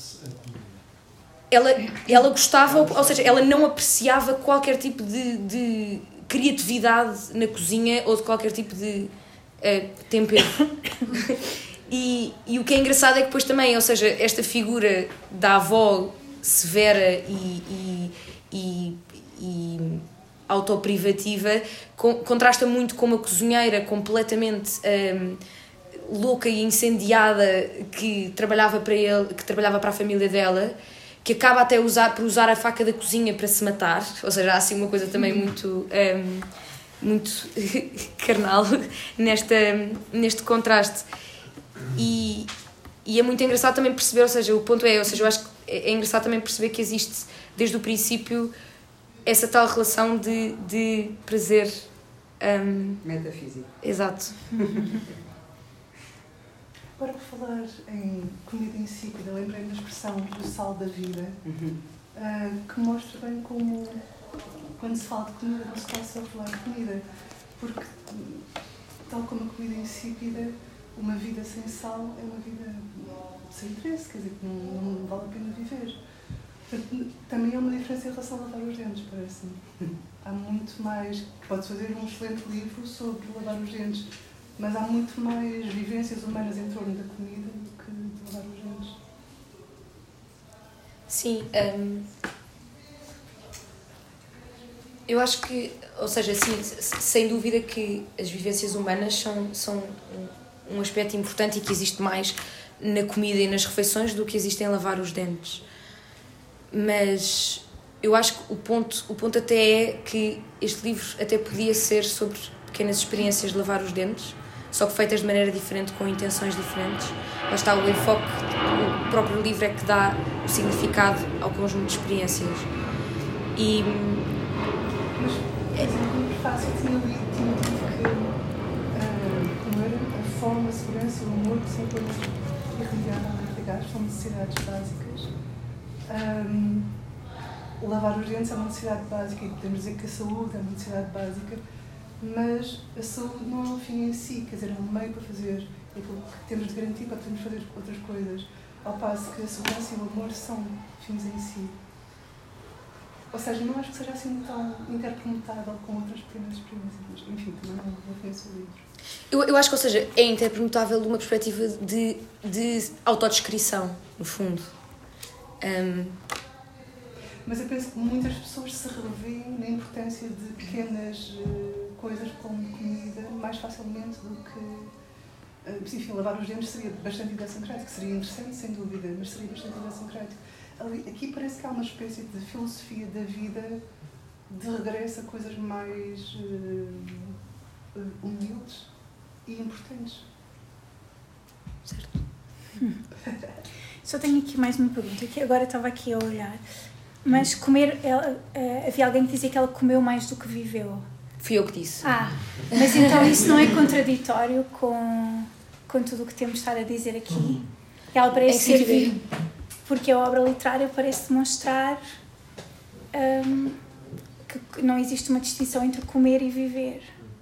Ela, ela gostava, ou seja, ela não apreciava qualquer tipo de, de criatividade na cozinha ou de qualquer tipo de Uh, tempero. e, e o que é engraçado é que depois também, ou seja, esta figura da avó severa e, e, e, e autoprivativa com, contrasta muito com uma cozinheira completamente um, louca e incendiada que trabalhava para ele, que trabalhava para a família dela, que acaba até usar, por usar a faca da cozinha para se matar, ou seja, há assim uma coisa também muito um, muito carnal nesta, neste contraste. E, e é muito engraçado também perceber, ou seja, o ponto é, ou seja, eu acho que é engraçado também perceber que existe desde o princípio essa tal relação de, de prazer um, metafísico. Exato. Agora, por falar em comida insípida, lembrei-me da expressão do sal da vida, uhum. uh, que mostra bem como quando se fala de comida não se pode só falar de comida, porque tal como a comida insípida, uma vida sem sal é uma vida sem interesse, quer dizer, que não, não vale a pena viver. Portanto, também há uma diferença em relação a lavar os dentes, parece-me. Há muito mais, pode-se fazer um excelente livro sobre lavar os dentes, mas há muito mais vivências humanas em torno da comida do que de lavar os dentes. Sim, um... eu acho que, ou seja, sim, sem dúvida que as vivências humanas são, são um aspecto importante e que existe mais na comida e nas refeições do que existe em lavar os dentes. Mas eu acho que o ponto, o ponto até é que este livro até podia ser sobre pequenas experiências de lavar os dentes, só que feitas de maneira diferente, com intenções diferentes. Lá está o enfoque, o próprio livro é que dá o significado ao conjunto de experiências. E... Mas, por exemplo, no prefácio tinha lido, tinha dito que uh, como era a fome, a segurança e o amor, que são coisas irrigadas, são necessidades básicas. Um, lavar os dentes é uma necessidade básica e podemos dizer que a saúde é uma necessidade básica, mas a saúde não é um fim em si, quer dizer, é um meio para fazer aquilo que temos de garantir para podermos fazer outras coisas, ao passo que a segurança e o amor são fins em si. Ou seja, não acho que seja assim tão interpretável com outras pequenas experiências, mas enfim, também não, não conheço o livro. Eu, eu acho que, ou seja, é interpretável de uma perspectiva de, de autodescrição, no fundo. Um... Mas eu penso que muitas pessoas se revêem na importância de pequenas uh, coisas como comida mais facilmente do que... Uh, enfim, lavar os dentes seria bastante idiossincrático, seria interessante, sem dúvida, mas seria bastante idiossincrático. Ali, aqui parece que há uma espécie de filosofia da vida de regresso a coisas mais uh, uh, humildes e importantes. Certo. Hum. Só tenho aqui mais uma pergunta, que agora estava aqui a olhar. Mas comer, ela, uh, havia alguém que dizia que ela comeu mais do que viveu. Fui eu que disse. Ah, mas então isso não é contraditório com, com tudo o que temos estado a dizer aqui? Ela parece é servir, porque a obra literária parece demonstrar um, que não existe uma distinção entre comer e viver.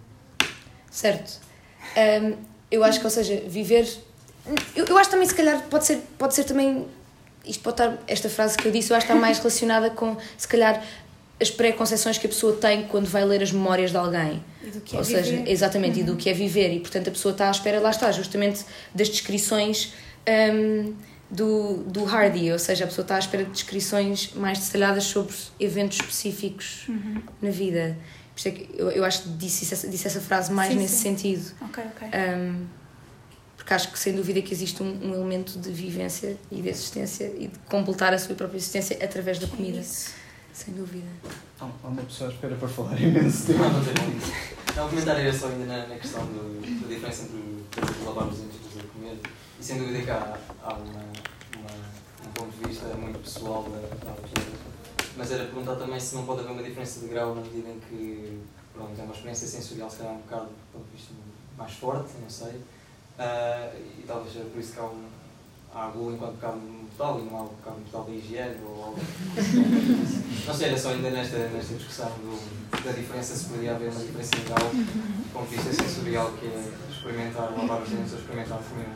Certo. Um, eu acho que, ou seja, viver... Eu, eu acho também, se calhar, pode ser, pode ser também... Isto pode estar, esta frase que eu disse, eu acho que está mais relacionada com, se calhar, as pré-conceições que a pessoa tem quando vai ler as memórias de alguém. E do que é Ou viver. seja, exatamente, Uhum. e do que é viver. E, portanto, a pessoa está à espera, lá está, justamente das descrições um, do, do Hardy. Ou seja, a pessoa está à espera de descrições mais detalhadas sobre eventos específicos Uhum. na vida. Por isso é que eu, eu acho que disse essa, disse essa frase mais Sim, nesse sim. sentido. Ok, ok. Um, porque acho que, sem dúvida, que existe um, um elemento de vivência e de existência e de completar a sua própria existência através da comida. Isso. Sem dúvida. Há uma pessoa à espera para falar imenso tempo. Não, não tem muito. Não, o comentário era só ainda na, na questão do, da diferença entre lavar os dentes e comer. E sem dúvida que há, há uma, uma, um ponto de vista muito pessoal da, da autora. Mas era perguntar também se não pode haver uma diferença de grau na medida em que, pronto, é uma experiência sensorial, se calhar um bocado, do ponto de vista mais forte, não sei. Uh, e talvez seja por isso que há, um, há a gula enquanto bocado mortal e não há o bocado mortal da higiene ou algo. Não sei, era só ainda nesta, nesta discussão do, da diferença, se poderia haver uma diferença legal do ponto de vista sensorial, que é experimentar lavar os dentes ou experimentar comer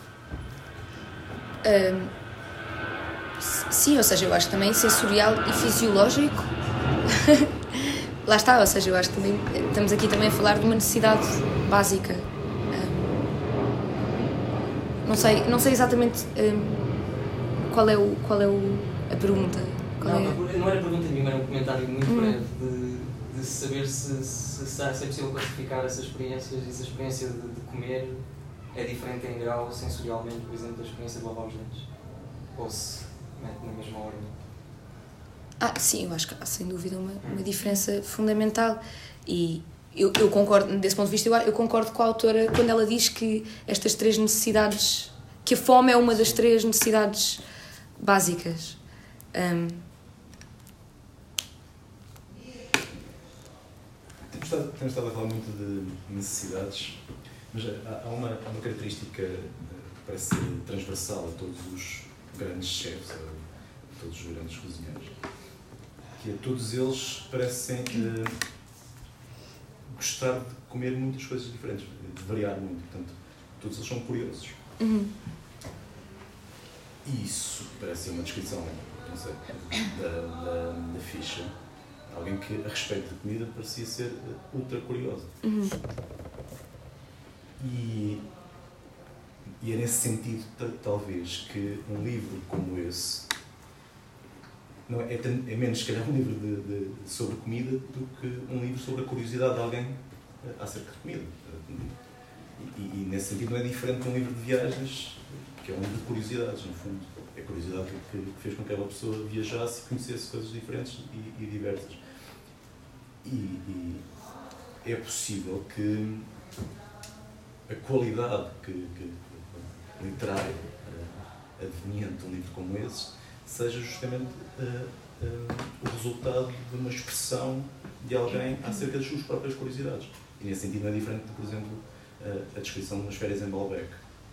um prato. Um, sim, ou seja, eu acho que também sensorial e fisiológico. Lá está, ou seja, eu acho que também, estamos aqui também a falar de uma necessidade básica. Não sei, não sei exatamente um, qual é, o, qual é o, a pergunta. Qual não, é? não era pergunta nenhuma, era um comentário muito hum. breve de, de saber se, se, se é possível classificar essas experiências, e se a experiência de, de comer é diferente em grau sensorialmente, por exemplo, da experiência de lavar os dentes. Ou se mete na mesma ordem. Ah, sim, eu acho que há sem dúvida uma, uma diferença fundamental. E Eu, eu concordo, desse ponto de vista, eu, eu concordo com a autora quando ela diz que estas três necessidades, que a fome é uma das três necessidades básicas. Um... Temos estado, temos estado a falar muito de necessidades, mas há, há, uma, há uma característica que parece ser transversal a todos os grandes chefs, a todos os grandes cozinheiros, que é todos eles parecem uh, gostar de comer muitas coisas diferentes, de variar muito. Portanto, todos eles são curiosos. Uhum. E isso parece ser uma descrição, não sei, da, da, da ficha. Alguém que, a respeito de comida, parecia ser ultra curiosa. Uhum. E, e é nesse sentido, talvez, que um livro como esse não é, é, é menos, se calhar, um livro de, de, sobre comida do que um livro sobre a curiosidade de alguém acerca de comida. E, e nesse sentido não é diferente de um livro de viagens, que é um livro de curiosidades, no fundo. é a curiosidade que, que fez com que aquela pessoa viajasse e conhecesse coisas diferentes e, e diversas. E, e é possível que a qualidade que, que literária uh, adveniente de um livro como esse seja justamente uh, uh, o resultado de uma expressão de alguém acerca das suas próprias curiosidades. E nesse sentido não é diferente de, por exemplo, uh, a descrição de umas férias em Balbec.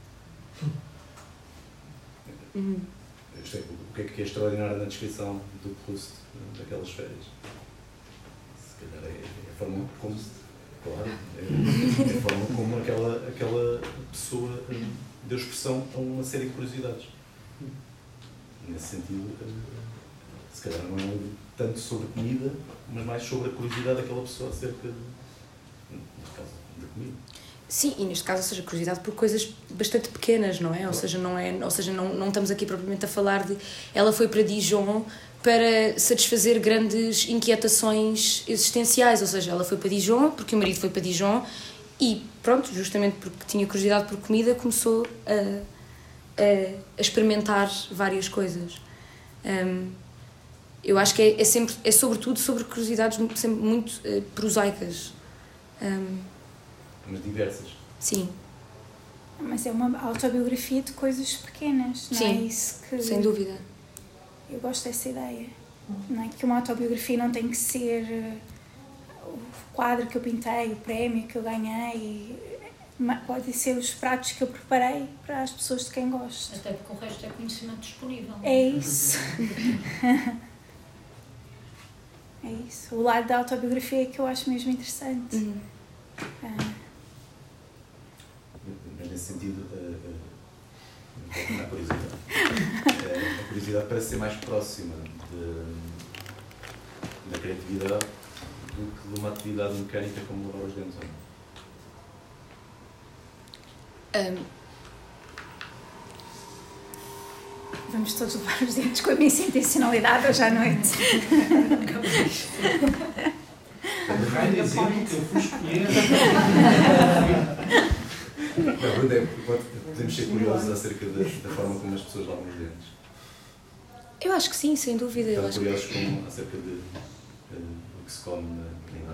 Uhum. Isto é, o que é que é extraordinário na descrição do Proust daquelas férias? Se calhar é, é a forma como, claro, é, é a forma como aquela, aquela pessoa um, deu expressão a uma série de curiosidades. Nesse sentido, se calhar não é tanto sobre comida, mas mais sobre a curiosidade daquela pessoa acerca, de, neste caso, da comida. Sim, e neste caso, ou seja, curiosidade por coisas bastante pequenas, não é? Ou seja, não, é, ou seja não, não estamos aqui propriamente a falar de ela foi para Dijon para satisfazer grandes inquietações existenciais, ou seja, ela foi para Dijon porque o marido foi para Dijon e pronto, justamente porque tinha curiosidade por comida, começou a, a, a experimentar várias coisas. Um, eu acho que é, é, sempre, é sobretudo sobre curiosidades sempre muito uh, prosaicas. Um, Mas diversas. Sim. Mas é uma autobiografia de coisas pequenas, não Sim, é isso que... sem dúvida. Eu gosto dessa ideia. Não é que uma autobiografia não tem que ser o quadro que eu pintei, o prémio que eu ganhei, pode ser os pratos que eu preparei para as pessoas de quem gosto. Até porque o resto é conhecimento disponível. É isso. É isso. O lado da autobiografia é que eu acho mesmo interessante. Uhum. Ah. Mas nesse sentido, a, a, a curiosidade. A, a curiosidade parece ser mais próxima de, da criatividade do que de uma atividade mecânica como lavar os dentes. Um. Vamos todos lavar os dentes com a minha intencionalidade hoje à noite. Vai dizer que eu fui escolher. Podemos ser curiosos acerca da, da forma como as pessoas lavam os dentes. Eu acho que sim, sem dúvida. Estão eu acho curiosos que... como, acerca de, de, do que se come na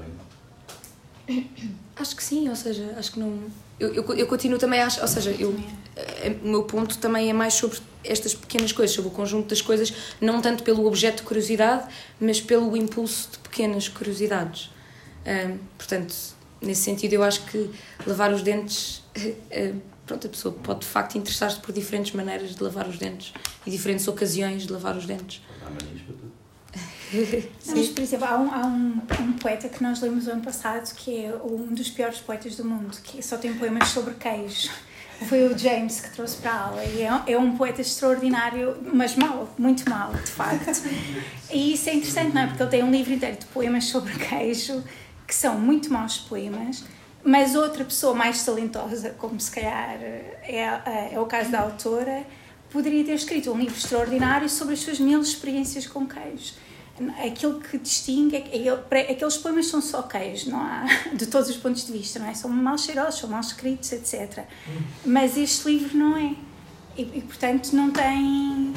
Oriente? Acho que sim, ou seja, acho que não... Eu, eu, eu continuo também, acho, ou seja, eu, o meu ponto também é mais sobre estas pequenas coisas, sobre o conjunto das coisas, não tanto pelo objeto de curiosidade, mas pelo impulso de pequenas curiosidades. Um, portanto, nesse sentido, eu acho que lavar os dentes... Uh, pronto, a pessoa pode de facto interessar-se por diferentes maneiras de lavar os dentes e diferentes ocasiões de lavar os dentes. Há manias para tudo. Não, mas, por exemplo, há, um, há um, um poeta que nós lemos o ano passado que é um dos piores poetas do mundo, que só tem poemas sobre queijo. Foi o James que trouxe para a aula e é, é um poeta extraordinário, mas mau, muito mau, de facto. E isso é interessante, não é? Porque ele tem um livro inteiro de poemas sobre queijo, que são muito maus poemas, mas outra pessoa mais talentosa, como se calhar é, é o caso da autora, poderia ter escrito um livro extraordinário sobre as suas mil experiências com queijo. Aquilo que distingue é que aqueles poemas são só queijo, não há, de todos os pontos de vista, não é? São mal cheirosos, são mal escritos, etcétera. Mas este livro não é. E, e portanto, não tem...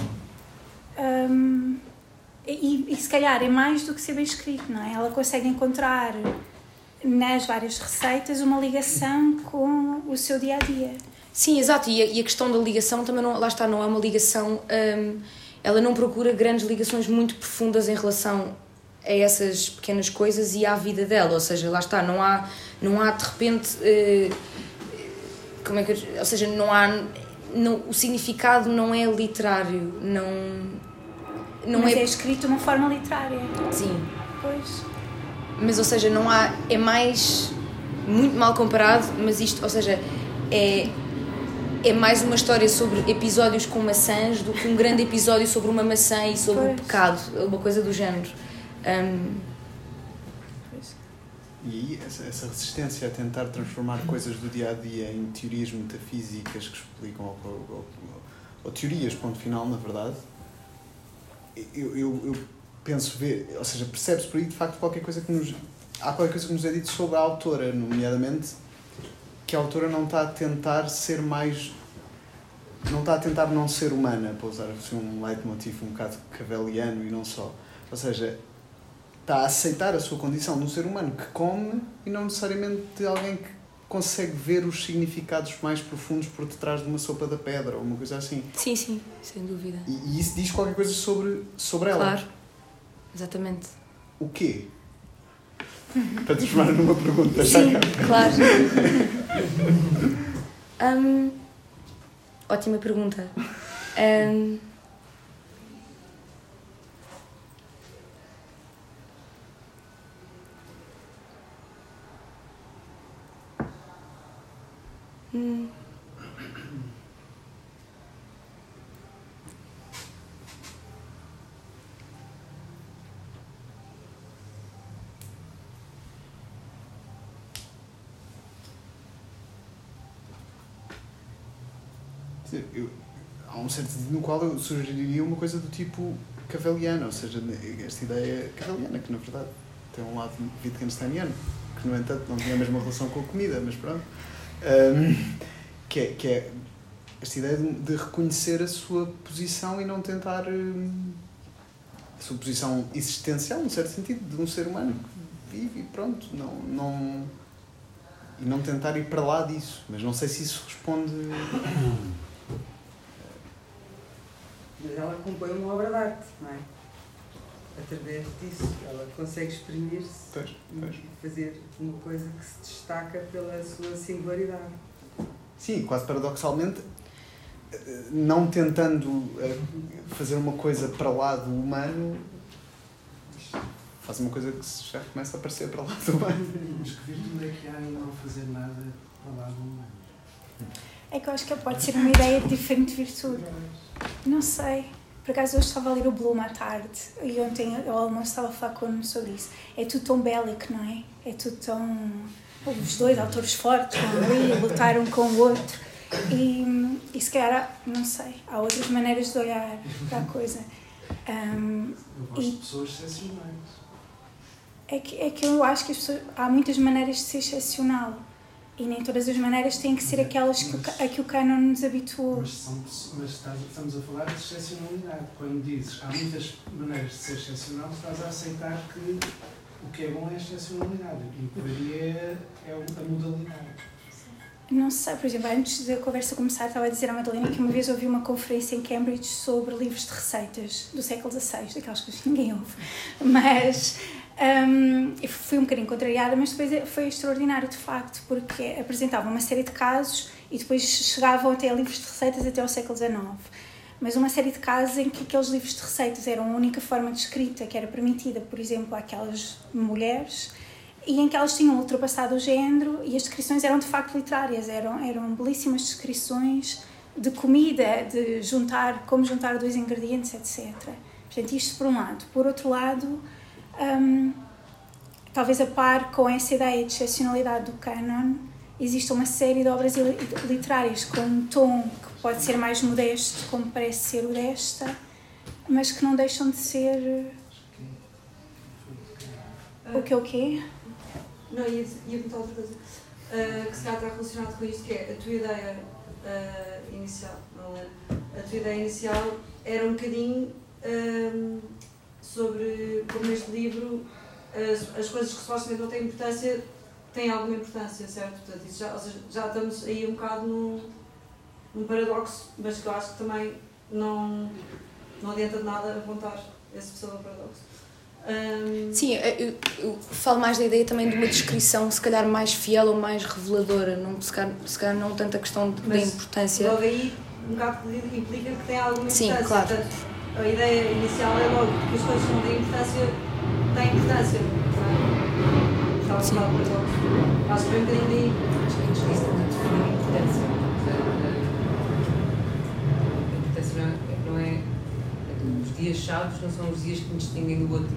Hum, e, e se calhar é mais do que ser bem escrito, não é? Ela consegue encontrar nas várias receitas uma ligação com o seu dia-a-dia. Sim, exato. E a, e a questão da ligação também, não, lá está, não é uma ligação... Hum, ela não procura grandes ligações muito profundas em relação a essas pequenas coisas e à vida dela, ou seja, lá está, não há, não há de repente, uh, como é que eu, ou seja, não há, não, o significado não é literário, não, não mas é... é escrito de uma forma literária. Sim. Pois. Mas, ou seja, não há, é mais, muito mal comparado, mas isto, ou seja, é... é mais uma história sobre episódios com maçãs do que um grande episódio sobre uma maçã e sobre pois. o pecado, uma coisa do género. Um... E aí, essa, essa resistência a tentar transformar coisas do dia-a-dia em teorias metafísicas que explicam, ou, ou, ou, ou teorias, ponto final, na verdade, eu, eu, eu penso ver, ou seja, percebe-se por aí, de facto, qualquer coisa que nos... Há qualquer coisa que nos é dito sobre a autora, nomeadamente... que a autora não está a tentar ser mais não está a tentar não ser humana, para usar assim, um leitmotiv um bocado caveliano e não só. Ou seja, está a aceitar a sua condição de um ser humano que come e não necessariamente de alguém que consegue ver os significados mais profundos por detrás de uma sopa da pedra ou uma coisa assim. Sim, sim, sem dúvida. E, e isso diz qualquer coisa sobre, sobre ela. Claro, exatamente. O quê? Para transformar numa pergunta. Sim, claro. um, ótima pergunta. Um, hum. Eu, há um certo sentido no qual eu sugeriria uma coisa do tipo caveliana, ou seja, esta ideia caveliana, que na verdade tem um lado wittgensteiniano, que no entanto não tinha a mesma relação com a comida, mas pronto, um, que, é, que é esta ideia de, de reconhecer a sua posição e não tentar um, a sua posição existencial, num certo sentido, de um ser humano que vive e pronto, não, não, e não tentar ir para lá disso, mas não sei se isso responde. Mas ela compõe uma obra de arte, não é? Através disso, ela consegue exprimir-se e fazer uma coisa que se destaca pela sua singularidade. Sim, quase paradoxalmente, não tentando fazer uma coisa para lá do humano, faz uma coisa que já começa a aparecer para lá do humano. Mas que virtude é que há em não fazer nada para lá do humano? É que eu acho que pode ser uma ideia de diferente virtude. Não sei. Por acaso hoje estava a ler o Bloom à tarde e ontem ao almoço estava a falar com-me sobre isso. É tudo tão bélico, não é? É tudo tão... Os dois autores fortes vão ali, lutaram um com o outro. E, e se calhar, não sei, há outras maneiras de olhar para a coisa. Um, eu gosto e de pessoas excepcionais. É que, é que eu acho que as pessoas, há muitas maneiras de ser excepcional. E nem todas as maneiras têm que ser aquelas que, mas, o, a que o cânon nos habituou. Mas, são, mas estás, estamos a falar de excepcionalidade. Quando dizes há muitas maneiras de ser excepcional, estás a aceitar que o que é bom é a excepcionalidade. E o que varia é a modalidade. Não sei, por exemplo, antes da conversa começar, estava a dizer à Madalena que uma vez ouvi uma conferência em Cambridge sobre livros de receitas do século dezasseis, daquelas coisas que ninguém ouve. Mas... Um, eu fui um bocadinho contrariada, mas depois foi extraordinário de facto, porque apresentavam uma série de casos e depois chegavam até a livros de receitas até ao século dezenove. Mas uma série de casos em que aqueles livros de receitas eram a única forma de escrita que era permitida, por exemplo, àquelas mulheres, e em que elas tinham ultrapassado o género e as descrições eram de facto literárias, eram, eram belíssimas descrições de comida, de juntar, como juntar dois ingredientes, etcétera. Portanto, isto por um lado. Por outro lado, Um, talvez a par com essa ideia de excepcionalidade do cânon, existe uma série de obras literárias com um tom que pode ser mais modesto, como parece ser o desta, mas que não deixam de ser... Uh, o que é o quê? Não, ia, ia perguntar outra coisa, uh, que se calhar está relacionado com isto, que é a tua ideia uh, inicial, não é? A tua ideia inicial era um bocadinho... Um, sobre como neste livro as, as coisas que supostamente não têm importância têm alguma importância, certo? Portanto, isso já, ou seja, já estamos aí um bocado num, num paradoxo, mas que eu acho que também não, não adianta de nada apontar esse pseudo-paradoxo. Um... Sim, eu, eu falo mais da ideia também de uma descrição se calhar mais fiel ou mais reveladora, não, se, calhar, se calhar não tanto a questão da importância. Logo aí, um bocado implica que tem alguma importância. Sim, claro. Portanto, a ideia inicial é logo que as coisas que não têm importância têm importância. Estava a falar para todos. Acho que foi um bocadinho daí. Acho que antes disso não define a importância. A importância não é. Os dias-chave não são os dias que me distinguem do outro.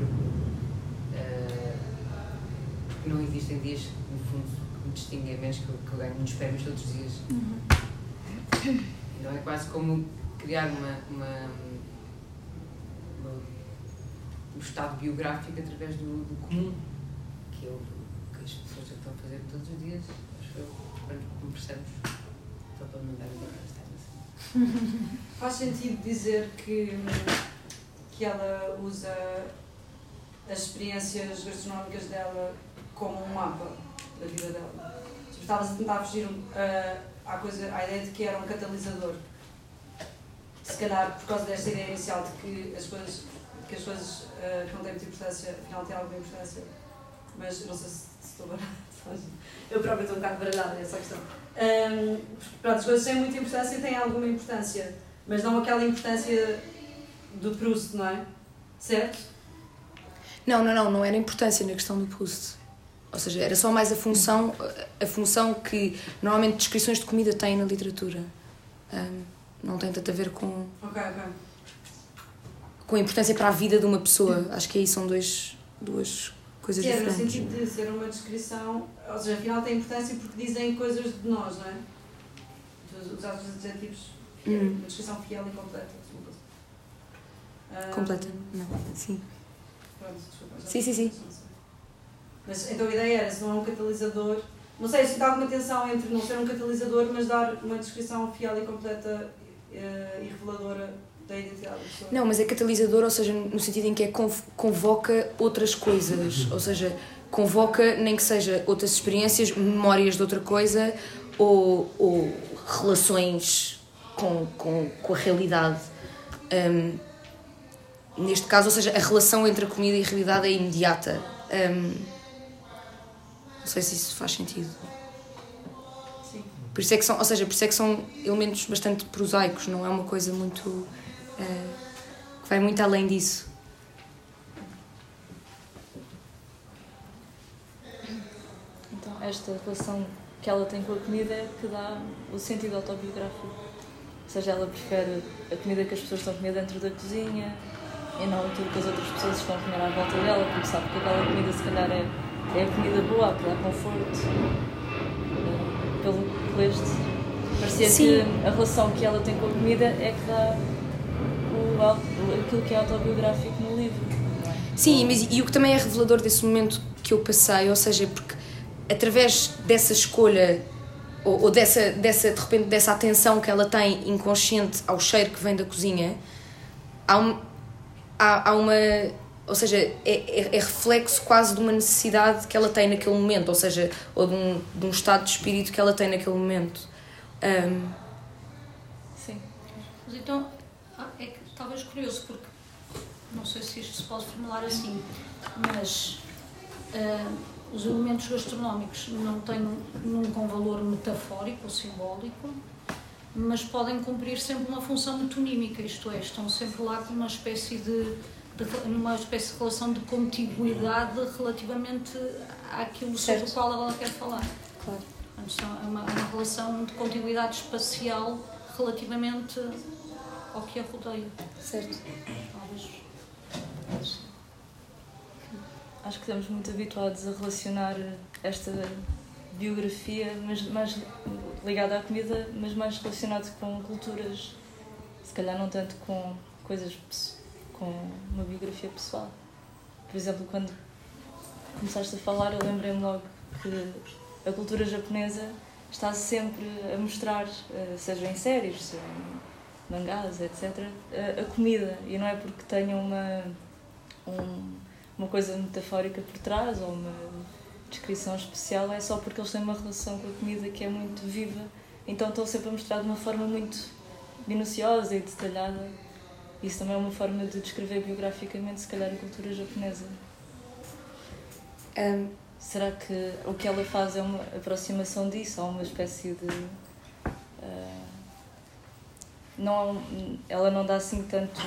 Não existem dias que, no fundo, que me distinguem, a menos que eu, que eu ganhe muitos prémios todos os dias. Uhum. Não é quase como criar uma. uma o estado biográfico através do, do comum, que é o que as pessoas estão a fazer todos os dias, acho eu, quando percebemos, só para mandar a assim. Faz sentido dizer que, que ela usa as experiências gastronómicas dela como um mapa da vida dela. Tipo, estavas a tentar fugir uh, à, coisa, à ideia de que era um catalisador. Se calhar por causa desta ideia inicial de que as coisas, que as coisas uh, que não têm muita importância, afinal têm alguma importância. Mas não sei se, se estou baralhada. Eu própria estou um bocado baralhada nessa questão. Um, pronto, as coisas têm muita importância e têm alguma importância, mas não aquela importância do Proust, não é? Certo? Não, não, não, não era importância na questão do Proust. Ou seja, era só mais a função, a função que normalmente descrições de comida têm na literatura. Um, não tem tanto a ver com, okay, okay. com a importância para a vida de uma pessoa. Acho que aí são dois, duas coisas Sim, diferentes. Sim, no sentido de ser uma descrição, ou seja, afinal tem importância porque dizem coisas de nós, não é? Usar os adjetivos, fiel, hum. uma descrição fiel e completa. Um, completa? Não, sim. Pronto, desculpa. Sim, sim, sim. Mas então a ideia era, se não é um catalisador, não sei se dá alguma tensão entre não ser um catalisador, mas dar uma descrição fiel e completa uh, e reveladora da identidade da pessoa. Não, mas é catalisador, ou seja, no sentido em que é convoca outras coisas, ou seja, convoca nem que seja outras experiências, memórias de outra coisa ou, ou relações com, com, com a realidade. Um, neste caso, ou seja, a relação entre a comida e a realidade é imediata. Um, não sei se isso faz sentido. Sim. Por isso é que são, ou seja, por isso é que são elementos bastante prosaicos, não é uma coisa muito uh, que vai muito além disso. Então, esta relação que ela tem com a comida é que dá o sentido autobiográfico. Ou seja, ela prefere a comida que as pessoas estão a comer dentro da cozinha e não aquilo que as outras pessoas estão a comer à volta dela, porque sabe que aquela comida se calhar é, é a comida boa, que dá conforto. Pelo que leste, parecia Sim. que a relação que ela tem com a comida é que dá o, aquilo que é autobiográfico no livro. Sim, mas e o que também é revelador desse momento que eu passei, ou seja, porque através dessa escolha ou, ou dessa, dessa, de repente, dessa atenção que ela tem inconsciente ao cheiro que vem da cozinha, há, um, há, há uma... Ou seja, é, é, é reflexo quase de uma necessidade que ela tem naquele momento, ou seja, ou de um, de um estado de espírito que ela tem naquele momento. Um... Sim. Mas então, é que talvez curioso, porque não sei se isto se pode formular assim, mas uh, os elementos gastronómicos não têm nunca um valor metafórico ou simbólico, mas podem cumprir sempre uma função metonímica, isto é, estão sempre lá com uma espécie de De, numa espécie de relação de contiguidade relativamente àquilo certo. sobre o qual ela quer falar. Claro. É uma, uma relação de contiguidade espacial relativamente ao que a rodeia. Certo. Talvez. Acho que estamos muito habituados a relacionar esta biografia, mas mais ligada à comida, mas mais relacionado com culturas, se calhar não tanto com coisas pessoais, com uma biografia pessoal. Por exemplo, quando começaste a falar, eu lembrei-me logo que a cultura japonesa está sempre a mostrar, seja em séries, seja em mangás, etcétera, a comida. E não é porque tenha uma, um, uma coisa metafórica por trás ou uma descrição especial, é só porque eles têm uma relação com a comida que é muito viva. Então estão sempre a mostrar de uma forma muito minuciosa e detalhada. Isso também é uma forma de descrever biograficamente, se calhar, a cultura japonesa. Um, Será que o que ela faz é uma aproximação disso, ou uma espécie de... Uh, não, ela não dá assim tanto...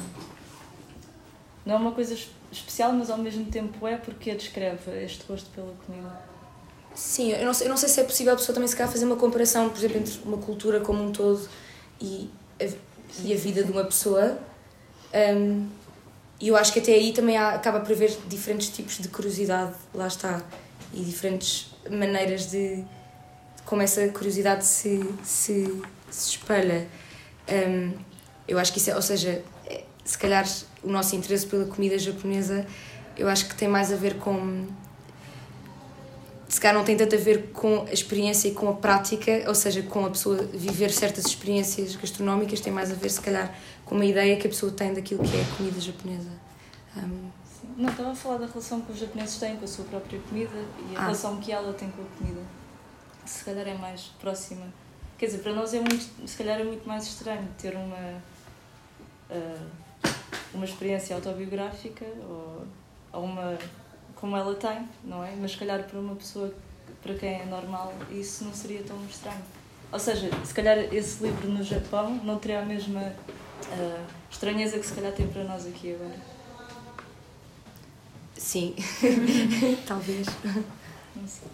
Não é uma coisa especial, mas ao mesmo tempo é porque a descreve, este gosto pela comida. Sim, eu não sei, eu não sei se é possível a pessoa também se calhar fazer uma comparação, por exemplo, entre uma cultura como um todo e... A, e a vida de uma pessoa, um, e eu acho que até aí também há, acaba por haver diferentes tipos de curiosidade, lá está, e diferentes maneiras de, de como essa curiosidade se, se, se espalha. Um, eu acho que isso é, ou seja, é, se calhar o nosso interesse pela comida japonesa, eu acho que tem mais a ver com se calhar não tem tanto a ver com a experiência e com a prática, ou seja, com a pessoa viver certas experiências gastronómicas, tem mais a ver, se calhar, com uma ideia que a pessoa tem daquilo que é a comida japonesa. Um... Não, estava a falar da relação que os japoneses têm com a sua própria comida e a ah. relação que ela tem com a comida. Se calhar é mais próxima. Quer dizer, para nós é muito, se calhar é muito mais estranho ter uma, uh, uma experiência autobiográfica ou, ou uma... como ela tem, não é? Mas se calhar para uma pessoa para quem é normal isso não seria tão estranho. Ou seja, se calhar esse livro no Japão não teria a mesma uh, estranheza que se calhar tem para nós aqui agora. Sim, talvez. Não sei.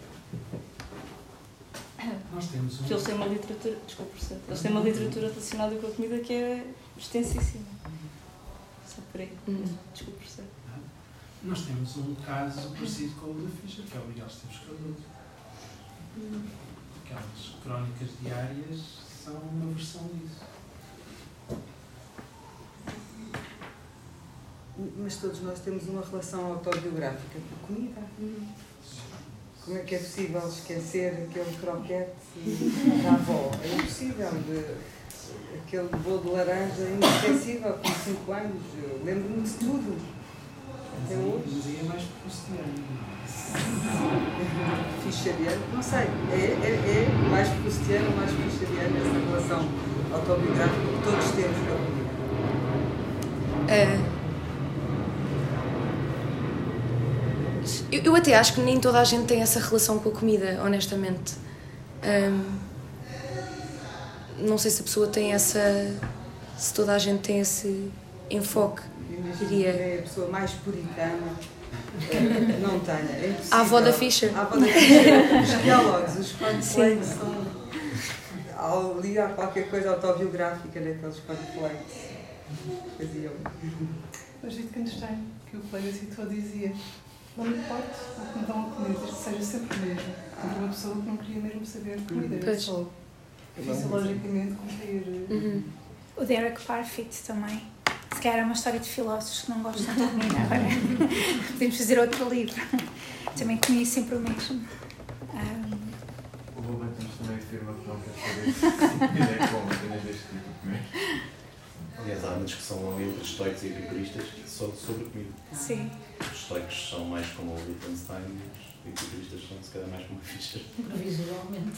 Nós temos um... Porque eles têm uma literatura, desculpa, eles têm uma literatura relacionada com a comida que é extensíssima. Só por aí. Hum. Desculpa, perceber. Nós temos um caso parecido com o da Fischer, que é o Miguel Esteves Cardoso. Aquelas crónicas diárias são uma versão disso. Mas todos nós temos uma relação autobiográfica com a comida. Como é que é possível esquecer aquele croquete da avó? É impossível. De, aquele bolo de laranja é inesquecível, com cinco anos. Eu lembro-me de tudo. Até hoje. Mas aí é mais proustiano. Fischeriano? Não sei. É, é, é mais proustiano, mais fischeriano essa relação autobiográfica que todos temos com a comida. Uh, eu, eu até acho que nem toda a gente tem essa relação com a comida, honestamente. Um, não sei se a pessoa tem essa... se toda a gente tem esse enfoque. Diria. É a pessoa mais puritana, não tenha. É impossível. A avó da Fischer. A avó da Fischer. Os diálogos, os cornflakes são. Ali há qualquer coisa autobiográfica naqueles cornflakes. Faziam. Mas dito que understand que o colega citou dizia: não me importa o que me dão a comer, desde que seja sempre o mesmo. Contra uma pessoa que não queria mesmo saber de comida, era só fisiologicamente cumprir. Uhum. O Derek Parfit também. Se calhar é uma história de filósofos que não gostam de comida. Agora podemos fazer outro livro. Também comia sempre o mesmo. Um... O Ruben também afirma que não quer saber se comida é como apenas deste tipo de comer. Aliás, há uma discussão entre estoicos e epicuristas só sobre comida. Sim. Os estoicos são mais como o Wittgenstein e os epicuristas são se calhar mais como o Fischer. Previsualmente.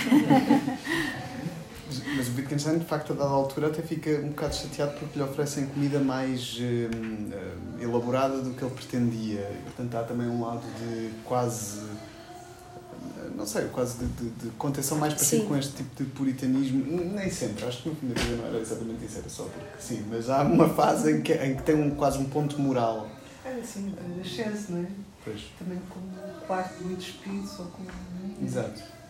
Mas o Wittgenstein, de facto, a dada altura, até fica um bocado chateado porque lhe oferecem comida mais uh, uh, elaborada do que ele pretendia. E, portanto, há também um lado de quase, uh, não sei, quase de, de, de contenção mais parecido com este tipo de puritanismo. Nem sempre, acho que no fim da vida não era exatamente isso, era só porque sim. Mas há uma fase em que, em que tem um, quase um ponto moral. É assim, a excesso, não é? Pois. Também com o quarto muito despido, ou com... Exato.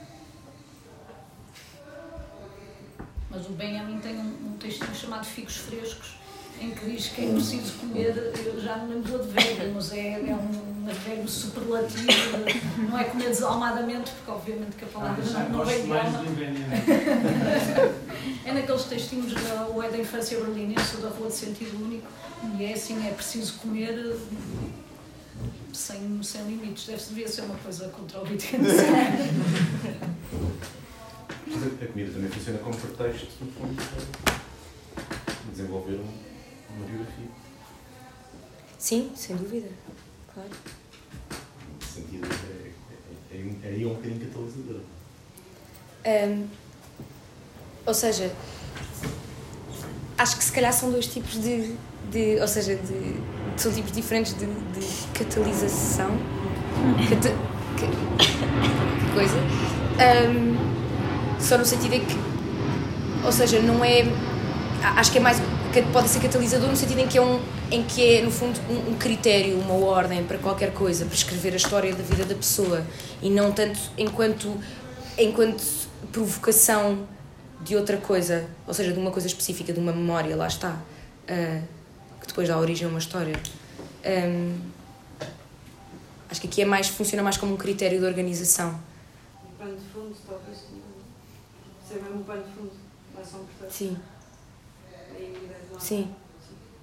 Mas o Benjamin tem um, um textinho chamado Figos Frescos, em que diz que é preciso comer, eu já não lembro do advérbio, mas é, é um advérbio superlativo, não é comer desalmadamente, porque obviamente que a palavra ah, não, não vem de alma. É naqueles textinhos da O É da Infância Berlinense ou da Rua de Sentido Único, e é assim, é preciso comer sem, sem limites, deve devia ser uma coisa contra o Wittgenstein. A comida também funciona como pretexto, no fundo, para desenvolver uma biografia. Sim, sem dúvida. Claro. Nesse sentido, é, é, é, é, é um bocadinho catalisador. Um, ou seja, acho que se calhar são dois tipos de... de ou seja, de, são tipos diferentes de, de catalisação. Cata, que, que coisa. Um, Só no sentido em que, ou seja, não é, acho que é mais, pode ser catalisador no sentido em que é, um, em que é no fundo, um, um critério, uma ordem para qualquer coisa, para escrever a história da vida da pessoa, e não tanto enquanto, enquanto provocação de outra coisa, ou seja, de uma coisa específica, de uma memória, lá está, uh, que depois dá origem a uma história. Um, acho que aqui é mais, funciona mais como um critério de organização. O pano de fundo, talvez. Ser mesmo um pano de fundo, não é só um protesto. Sim. Sim.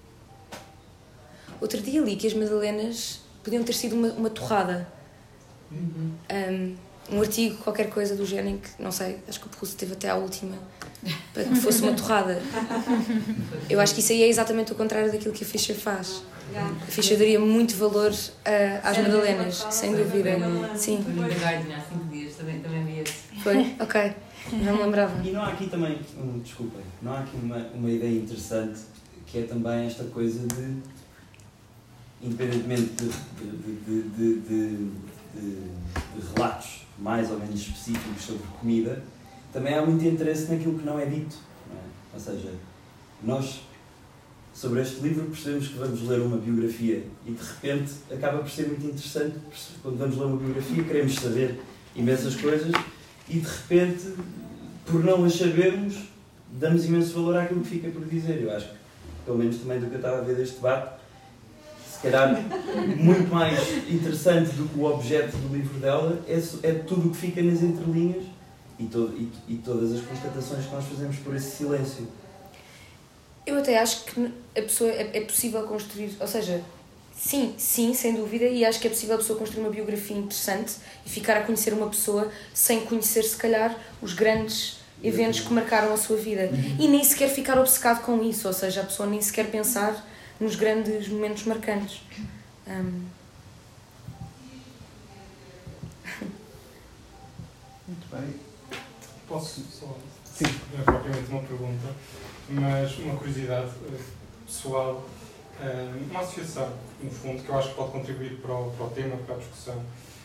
Outro dia li que as madalenas podiam ter sido uma, uma torrada. Um, um artigo, qualquer coisa do género em que, não sei, acho que o Proust teve até à última para que fosse uma torrada. Eu acho que isso aí é exatamente o contrário daquilo que a Fischer faz. A Fischer daria muito valor uh, às Madalenas, sem dúvida. Sim. Foi no Guardian há cinco dias, também, também vi esse. Foi? Ok. Não me lembrava. E não há aqui também, um, desculpem, não há aqui uma, uma ideia interessante que é também esta coisa de, independentemente de, de, de, de, de, de, de relatos mais ou menos específicos sobre comida, também há muito interesse naquilo que não é dito. Não é? Ou seja, nós, sobre este livro, percebemos que vamos ler uma biografia e de repente acaba por ser muito interessante. Quando vamos ler uma biografia, queremos saber imensas coisas e de repente, por não as sabermos, damos imenso valor àquilo que fica por dizer. Eu acho que, pelo menos também do que eu estava a ver deste debate, se calhar muito mais interessante do que o objeto do livro dela é, é tudo o que fica nas entrelinhas e, to, e, e todas as constatações que nós fazemos por esse silêncio. Eu até acho que a pessoa é, é possível construir, ou seja, sim, sim, sem dúvida, e acho que é possível a pessoa construir uma biografia interessante e ficar a conhecer uma pessoa sem conhecer, se calhar, os grandes eventos que marcaram a sua vida. E nem sequer ficar obcecado com isso, ou seja, a pessoa nem sequer pensar nos grandes momentos marcantes. Um... Muito bem. Posso só... Sim. Não é propriamente uma pergunta, mas uma curiosidade pessoal. Uma associação, no fundo, que eu acho que pode contribuir para o, para o tema, para a discussão,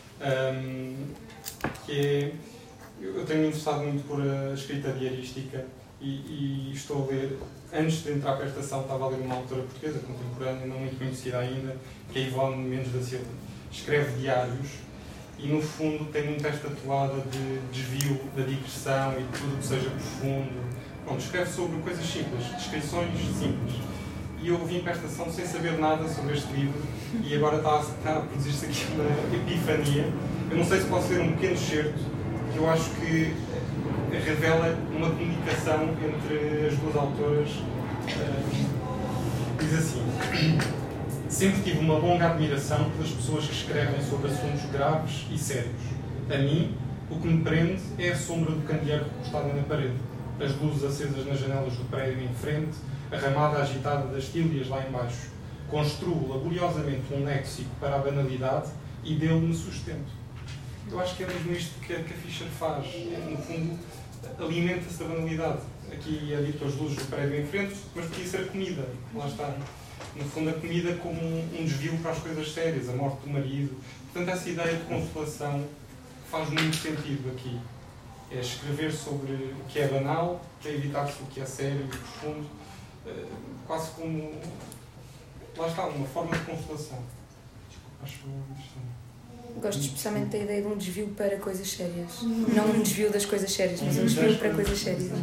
que é... Eu tenho me interessado muito por a escrita diarística e, e estou a ler, antes de entrar para esta sala, estava a ler uma autora portuguesa contemporânea, não muito conhecida ainda, que é Ivone Mendes da Silva. Escreve diários e, no fundo, tem muito esta toada de desvio da digressão e de tudo que seja profundo. Bom, escreve sobre coisas simples, descrições simples. E eu vim para esta sessão sem saber nada sobre este livro e agora está a, está a produzir-se aqui uma epifania. Eu não sei se pode ser um pequeno excerto que eu acho que revela uma comunicação entre as duas autoras. Uh, diz assim: sempre tive uma longa admiração pelas pessoas que escrevem sobre assuntos graves e sérios. A mim, o que me prende é a sombra do candeeiro recostado na parede, as luzes acesas nas janelas do prédio em frente, a ramada agitada das tílias lá embaixo. Construo laboriosamente um léxico para a banalidade e dele me sustento. Eu acho que é mesmo isto que a, que a Fischer faz. No fundo, alimenta-se da banalidade. Aqui é dito as luzes do prédio em frente, mas podia ser a comida. Lá está. No fundo, a comida como um, um desvio para as coisas sérias, a morte do marido. Portanto, essa ideia de consolação faz muito sentido aqui. É escrever sobre o que é banal, é evitar-se o que é sério e profundo, quase como... Lá está, uma forma de consolação. Acho interessante. Gosto especialmente da ideia de um desvio para coisas sérias. Não um desvio das coisas sérias, mas um desvio para coisas sérias.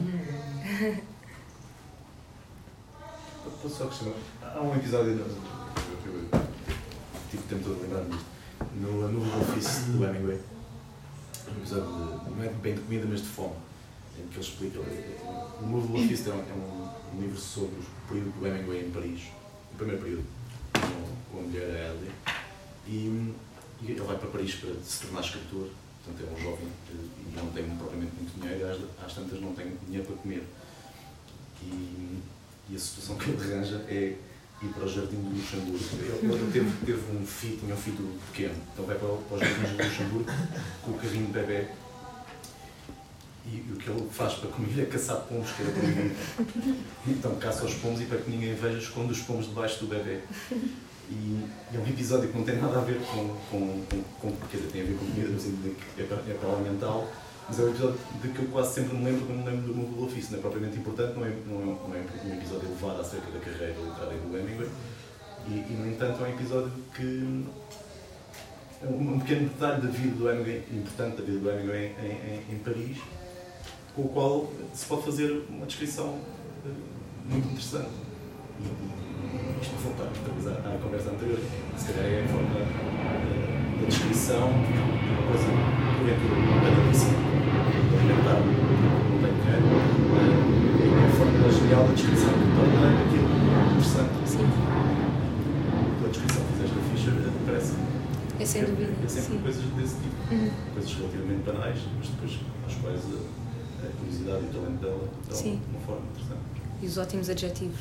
Posso só questionar? Há um episódio, eu, eu, eu tive tempo todo a lembrar-me disto, no, no Office do Hemingway, um episódio de, não é bem de comida, mas de fome, em que ele explica. O Novo Office é, um, é um, um livro sobre o período do Hemingway em Paris, o primeiro período, com, com a mulher a Ellie, e E ele vai para Paris para se tornar escritor, portanto é um jovem e não tem propriamente muito dinheiro, e às, às tantas não tem dinheiro para comer. E, e a situação que ele arranja é ir para o Jardim do Luxemburgo. Ele, ele teve, teve um filho, tinha um filho pequeno, então vai para, para os Jardins do Luxemburgo com o carrinho de bebê. E, e o que ele faz para comer é caçar pombos, que era proibido. Então caça os pombos e para que ninguém veja, esconde os pombos debaixo do bebê. E é um episódio que não tem nada a ver com, com, com, com quer dizer, tem a ver com comida, no sentido de que é, é parlamentar, mas é um episódio de que eu quase sempre me lembro quando me lembro do Movable Office. Não é propriamente importante, não é, não é, não é um episódio elevado acerca da carreira literária do Hemingway, e, e no entanto é um episódio que é um, um pequeno detalhe da vida do Hemingway, importante da vida do Hemingway em, em, em Paris, com o qual se pode fazer uma descrição muito interessante. E, isto me voltar à, à conversa anterior, se calhar é a forma da, da descrição de uma coisa, porventura, banalíssima, de alimentar, não tem dinheiro, é a forma genial da descrição que torna aquilo interessante. Sim. A descrição que fizeste da Fischer parece. É sem dúvida. É sempre Sim. coisas desse tipo, Uhum. coisas relativamente banais, mas depois às quais a, a curiosidade e o talento dela dão Sim. de uma forma interessante. E os ótimos adjetivos.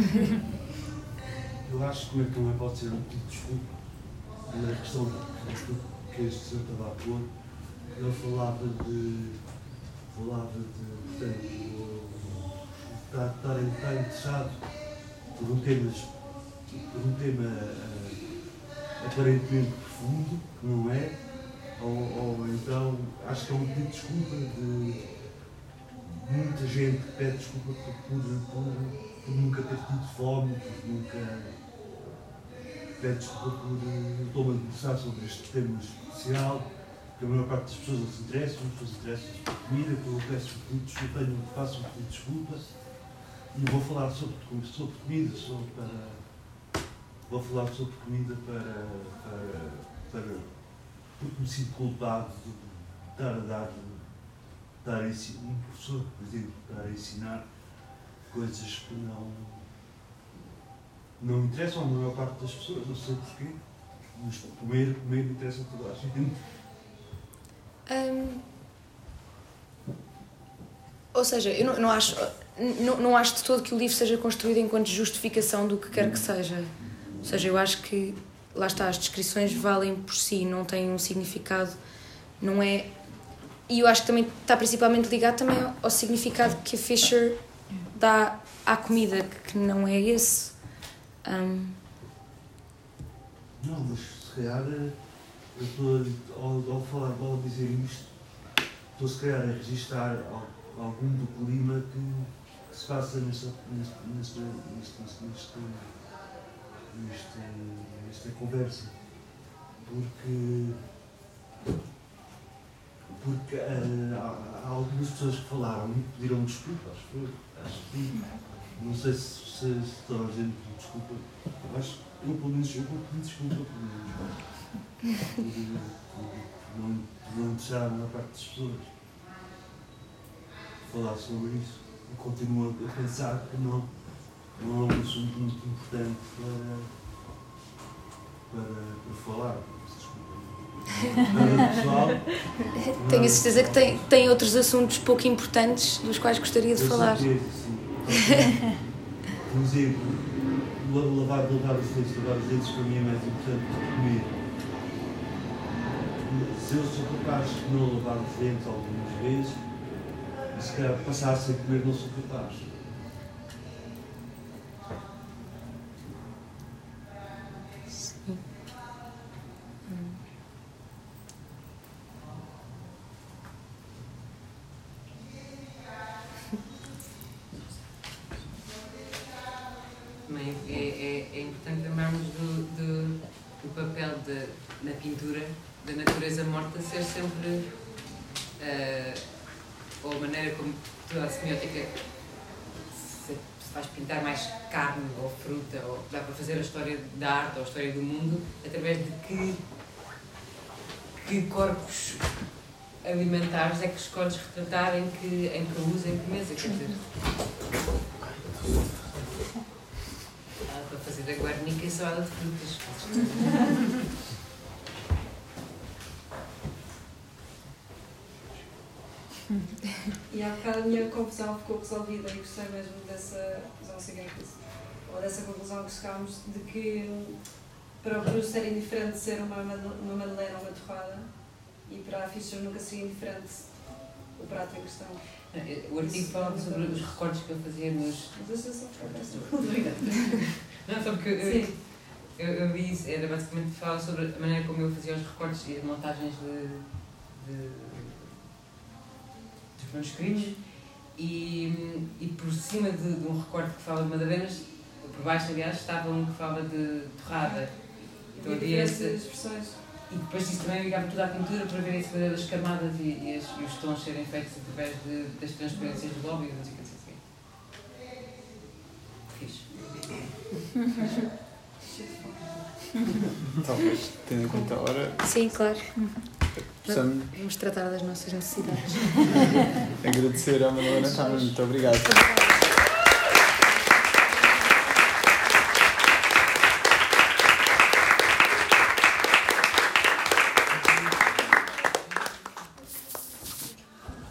Eu acho que também pode ser um pedido de desculpa na questão que este senhor estava a pôr. Ele falava de. falava de. portanto, estar, estar, estar interessado por um tema, por um tema uh, aparentemente profundo, que não é, ou, ou então acho que é um pedido de desculpa de muita gente que pede desculpa por, por, por, por nunca ter tido fome, por nunca pede desculpa por uh, estou-me a debruçar sobre este tema especial, que a maior parte das pessoas não se interessam, as pessoas interessam-se por comida, que eu peço um pedido de desculpa, tenho, faço um pedido de desculpa. E vou falar sobre, sobre comida, sobre para, vou falar sobre comida para, para, para porque me sinto culpado de estar a dar, estar a ensinar, um professor, por exemplo, estar a ensinar coisas que não, não interessam à maior parte das pessoas, não sei porquê, mas comer, comer interessa a toda a gente. Hum, ou seja, eu não, não acho... Não, não acho de todo que o livro seja construído enquanto justificação do que quer que seja. Ou seja, eu acho que, lá está, as descrições valem por si, não têm um significado, não é... E eu acho que também está principalmente ligado também ao significado que a Fisher dá à comida, que não é esse. Um... Não, mas se calhar, eu estou, ao, ao falar, ao dizer isto, estou se calhar a registrar algum do clima que se passa nesta, nesta, nesta, nesta, nesta, nesta, nesta conversa. Porque, porque uh, há, há algumas pessoas que falaram e pediram desculpa, acho que, acho que não sei se, se, se toda a gente pediu desculpa, acho que eu pelo menos eu vou pedir desculpa por, por, por, por, não, por não deixar a maior parte das pessoas falar sobre isso. E continuo a pensar que não, não é um assunto muito importante para, para, para falar. Para o pessoal, Tenho a certeza que tem, tem outros assuntos pouco importantes dos quais gostaria de eu falar. Certeza, sim. Por exemplo, lavar, lavar os dentes, lavar os dentes para mim é mais importante do que comer. Se eu sou capaz de não lavar os dentes algumas vezes, se calhar passar sem comer não sou capaz. Sim. Hum. Também é, é, é importante lembrarmos do, do, do papel de, na pintura da natureza morta ser sempre uh, ou a maneira como toda a semiótica se, se faz pintar mais carne ou fruta, ou dá para fazer a história da arte ou a história do mundo através de que, que corpos alimentares é que escolhes retratar em que, em que uso, em que mesa, quer dizer. Ah, para fazer a guarnica e salada de frutas. E há bocado a minha confusão ficou resolvida e gostei mesmo dessa conclusão seguinte, ou dessa conclusão que chegámos, de que para o Bruce era indiferente ser uma, uma madeleine ou uma torrada e para a Fisher nunca seria indiferente o prato em questão. O artigo fala sobre os recortes que eu fazia nos... Mas eu sou Não, só porque eu, eu, eu vi isso, era basicamente fala sobre a maneira como eu fazia os recortes e as montagens de, de, dos manuscritos e, e por cima de, de um recorte que fala de madalenas, por baixo aliás estava um que falava de torrada. Então havia essa... E depois disso também ligava tudo à pintura para ver esse das camadas e, e, as, e os tons serem feitos através de, das transparências do lobby e não sei o que assim. Fixe. Talvez, tendo em conta a hora. Sim, claro. Possamos... Vamos tratar das nossas necessidades. Agradecer à Madalena Tamen. Muito obrigado. Obrigada.